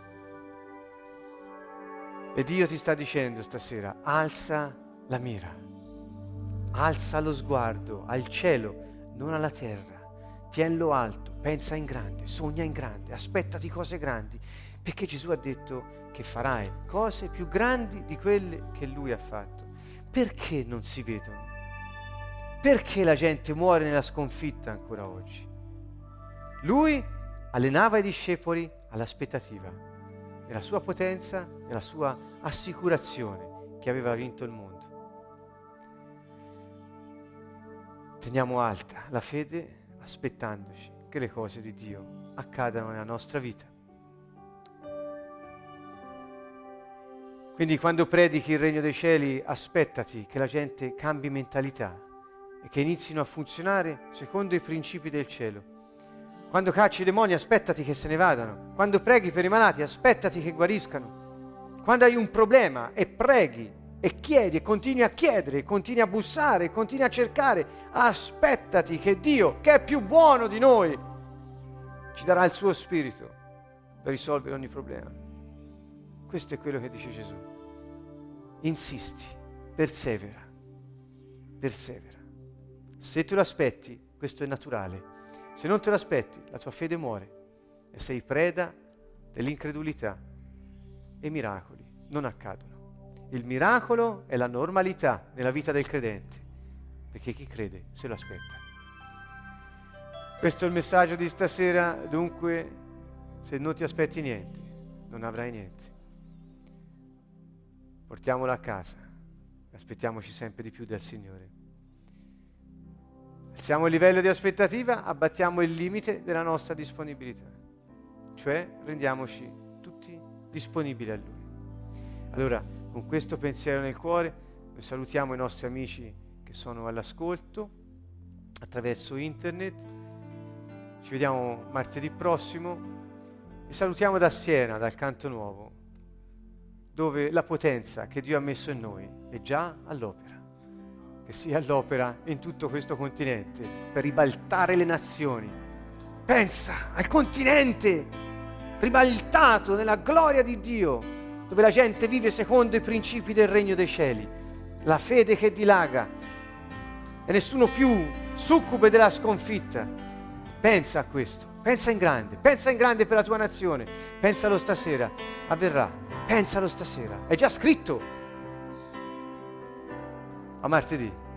E Dio ti sta dicendo stasera: alza la mira, alza lo sguardo al cielo, non alla terra. Tienlo alto, pensa in grande, sogna in grande, aspettati cose grandi, perché Gesù ha detto che farai cose più grandi di quelle che Lui ha fatto. Perché non si vedono? Perché la gente muore nella sconfitta ancora oggi? Lui allenava i discepoli all'aspettativa della sua potenza, della sua assicurazione che aveva vinto il mondo. Teniamo alta la fede aspettandoci che le cose di Dio accadano nella nostra vita. Quindi quando predichi il regno dei cieli, aspettati che la gente cambi mentalità e che inizino a funzionare secondo i principi del cielo. Quando cacci i demoni, aspettati che se ne vadano. Quando preghi per i malati, aspettati che guariscano. Quando hai un problema e preghi e chiedi e continui a chiedere, continui a bussare, continui a cercare, aspettati che Dio, che è più buono di noi, ci darà il suo spirito per risolvere ogni problema. Questo è quello che dice Gesù. Insisti, persevera, persevera. Se te lo aspetti, questo è naturale. Se non te lo aspetti, la tua fede muore e sei preda dell'incredulità e i miracoli non accadono. Il miracolo è la normalità nella vita del credente, perché chi crede se lo aspetta. Questo è il messaggio di stasera. Dunque, se non ti aspetti niente, non avrai niente. Portiamolo a casa, aspettiamoci sempre di più dal Signore. Alziamo il livello di aspettativa, abbattiamo il limite della nostra disponibilità, cioè rendiamoci tutti disponibili a Lui. Allora, con questo pensiero nel cuore, noi salutiamo i nostri amici che sono all'ascolto attraverso internet. Ci vediamo martedì prossimo e salutiamo da Siena, dal Canto Nuovo, dove la potenza che Dio ha messo in noi è già all'opera. Che sia all'opera in tutto questo continente per ribaltare le nazioni. Pensa al continente ribaltato nella gloria di Dio, dove la gente vive secondo i principi del regno dei cieli, la fede che dilaga e nessuno più succube della sconfitta. Pensa a questo, pensa in grande, pensa in grande per la tua nazione, pensalo stasera, avverrà, pensalo stasera, è già scritto. A martedì.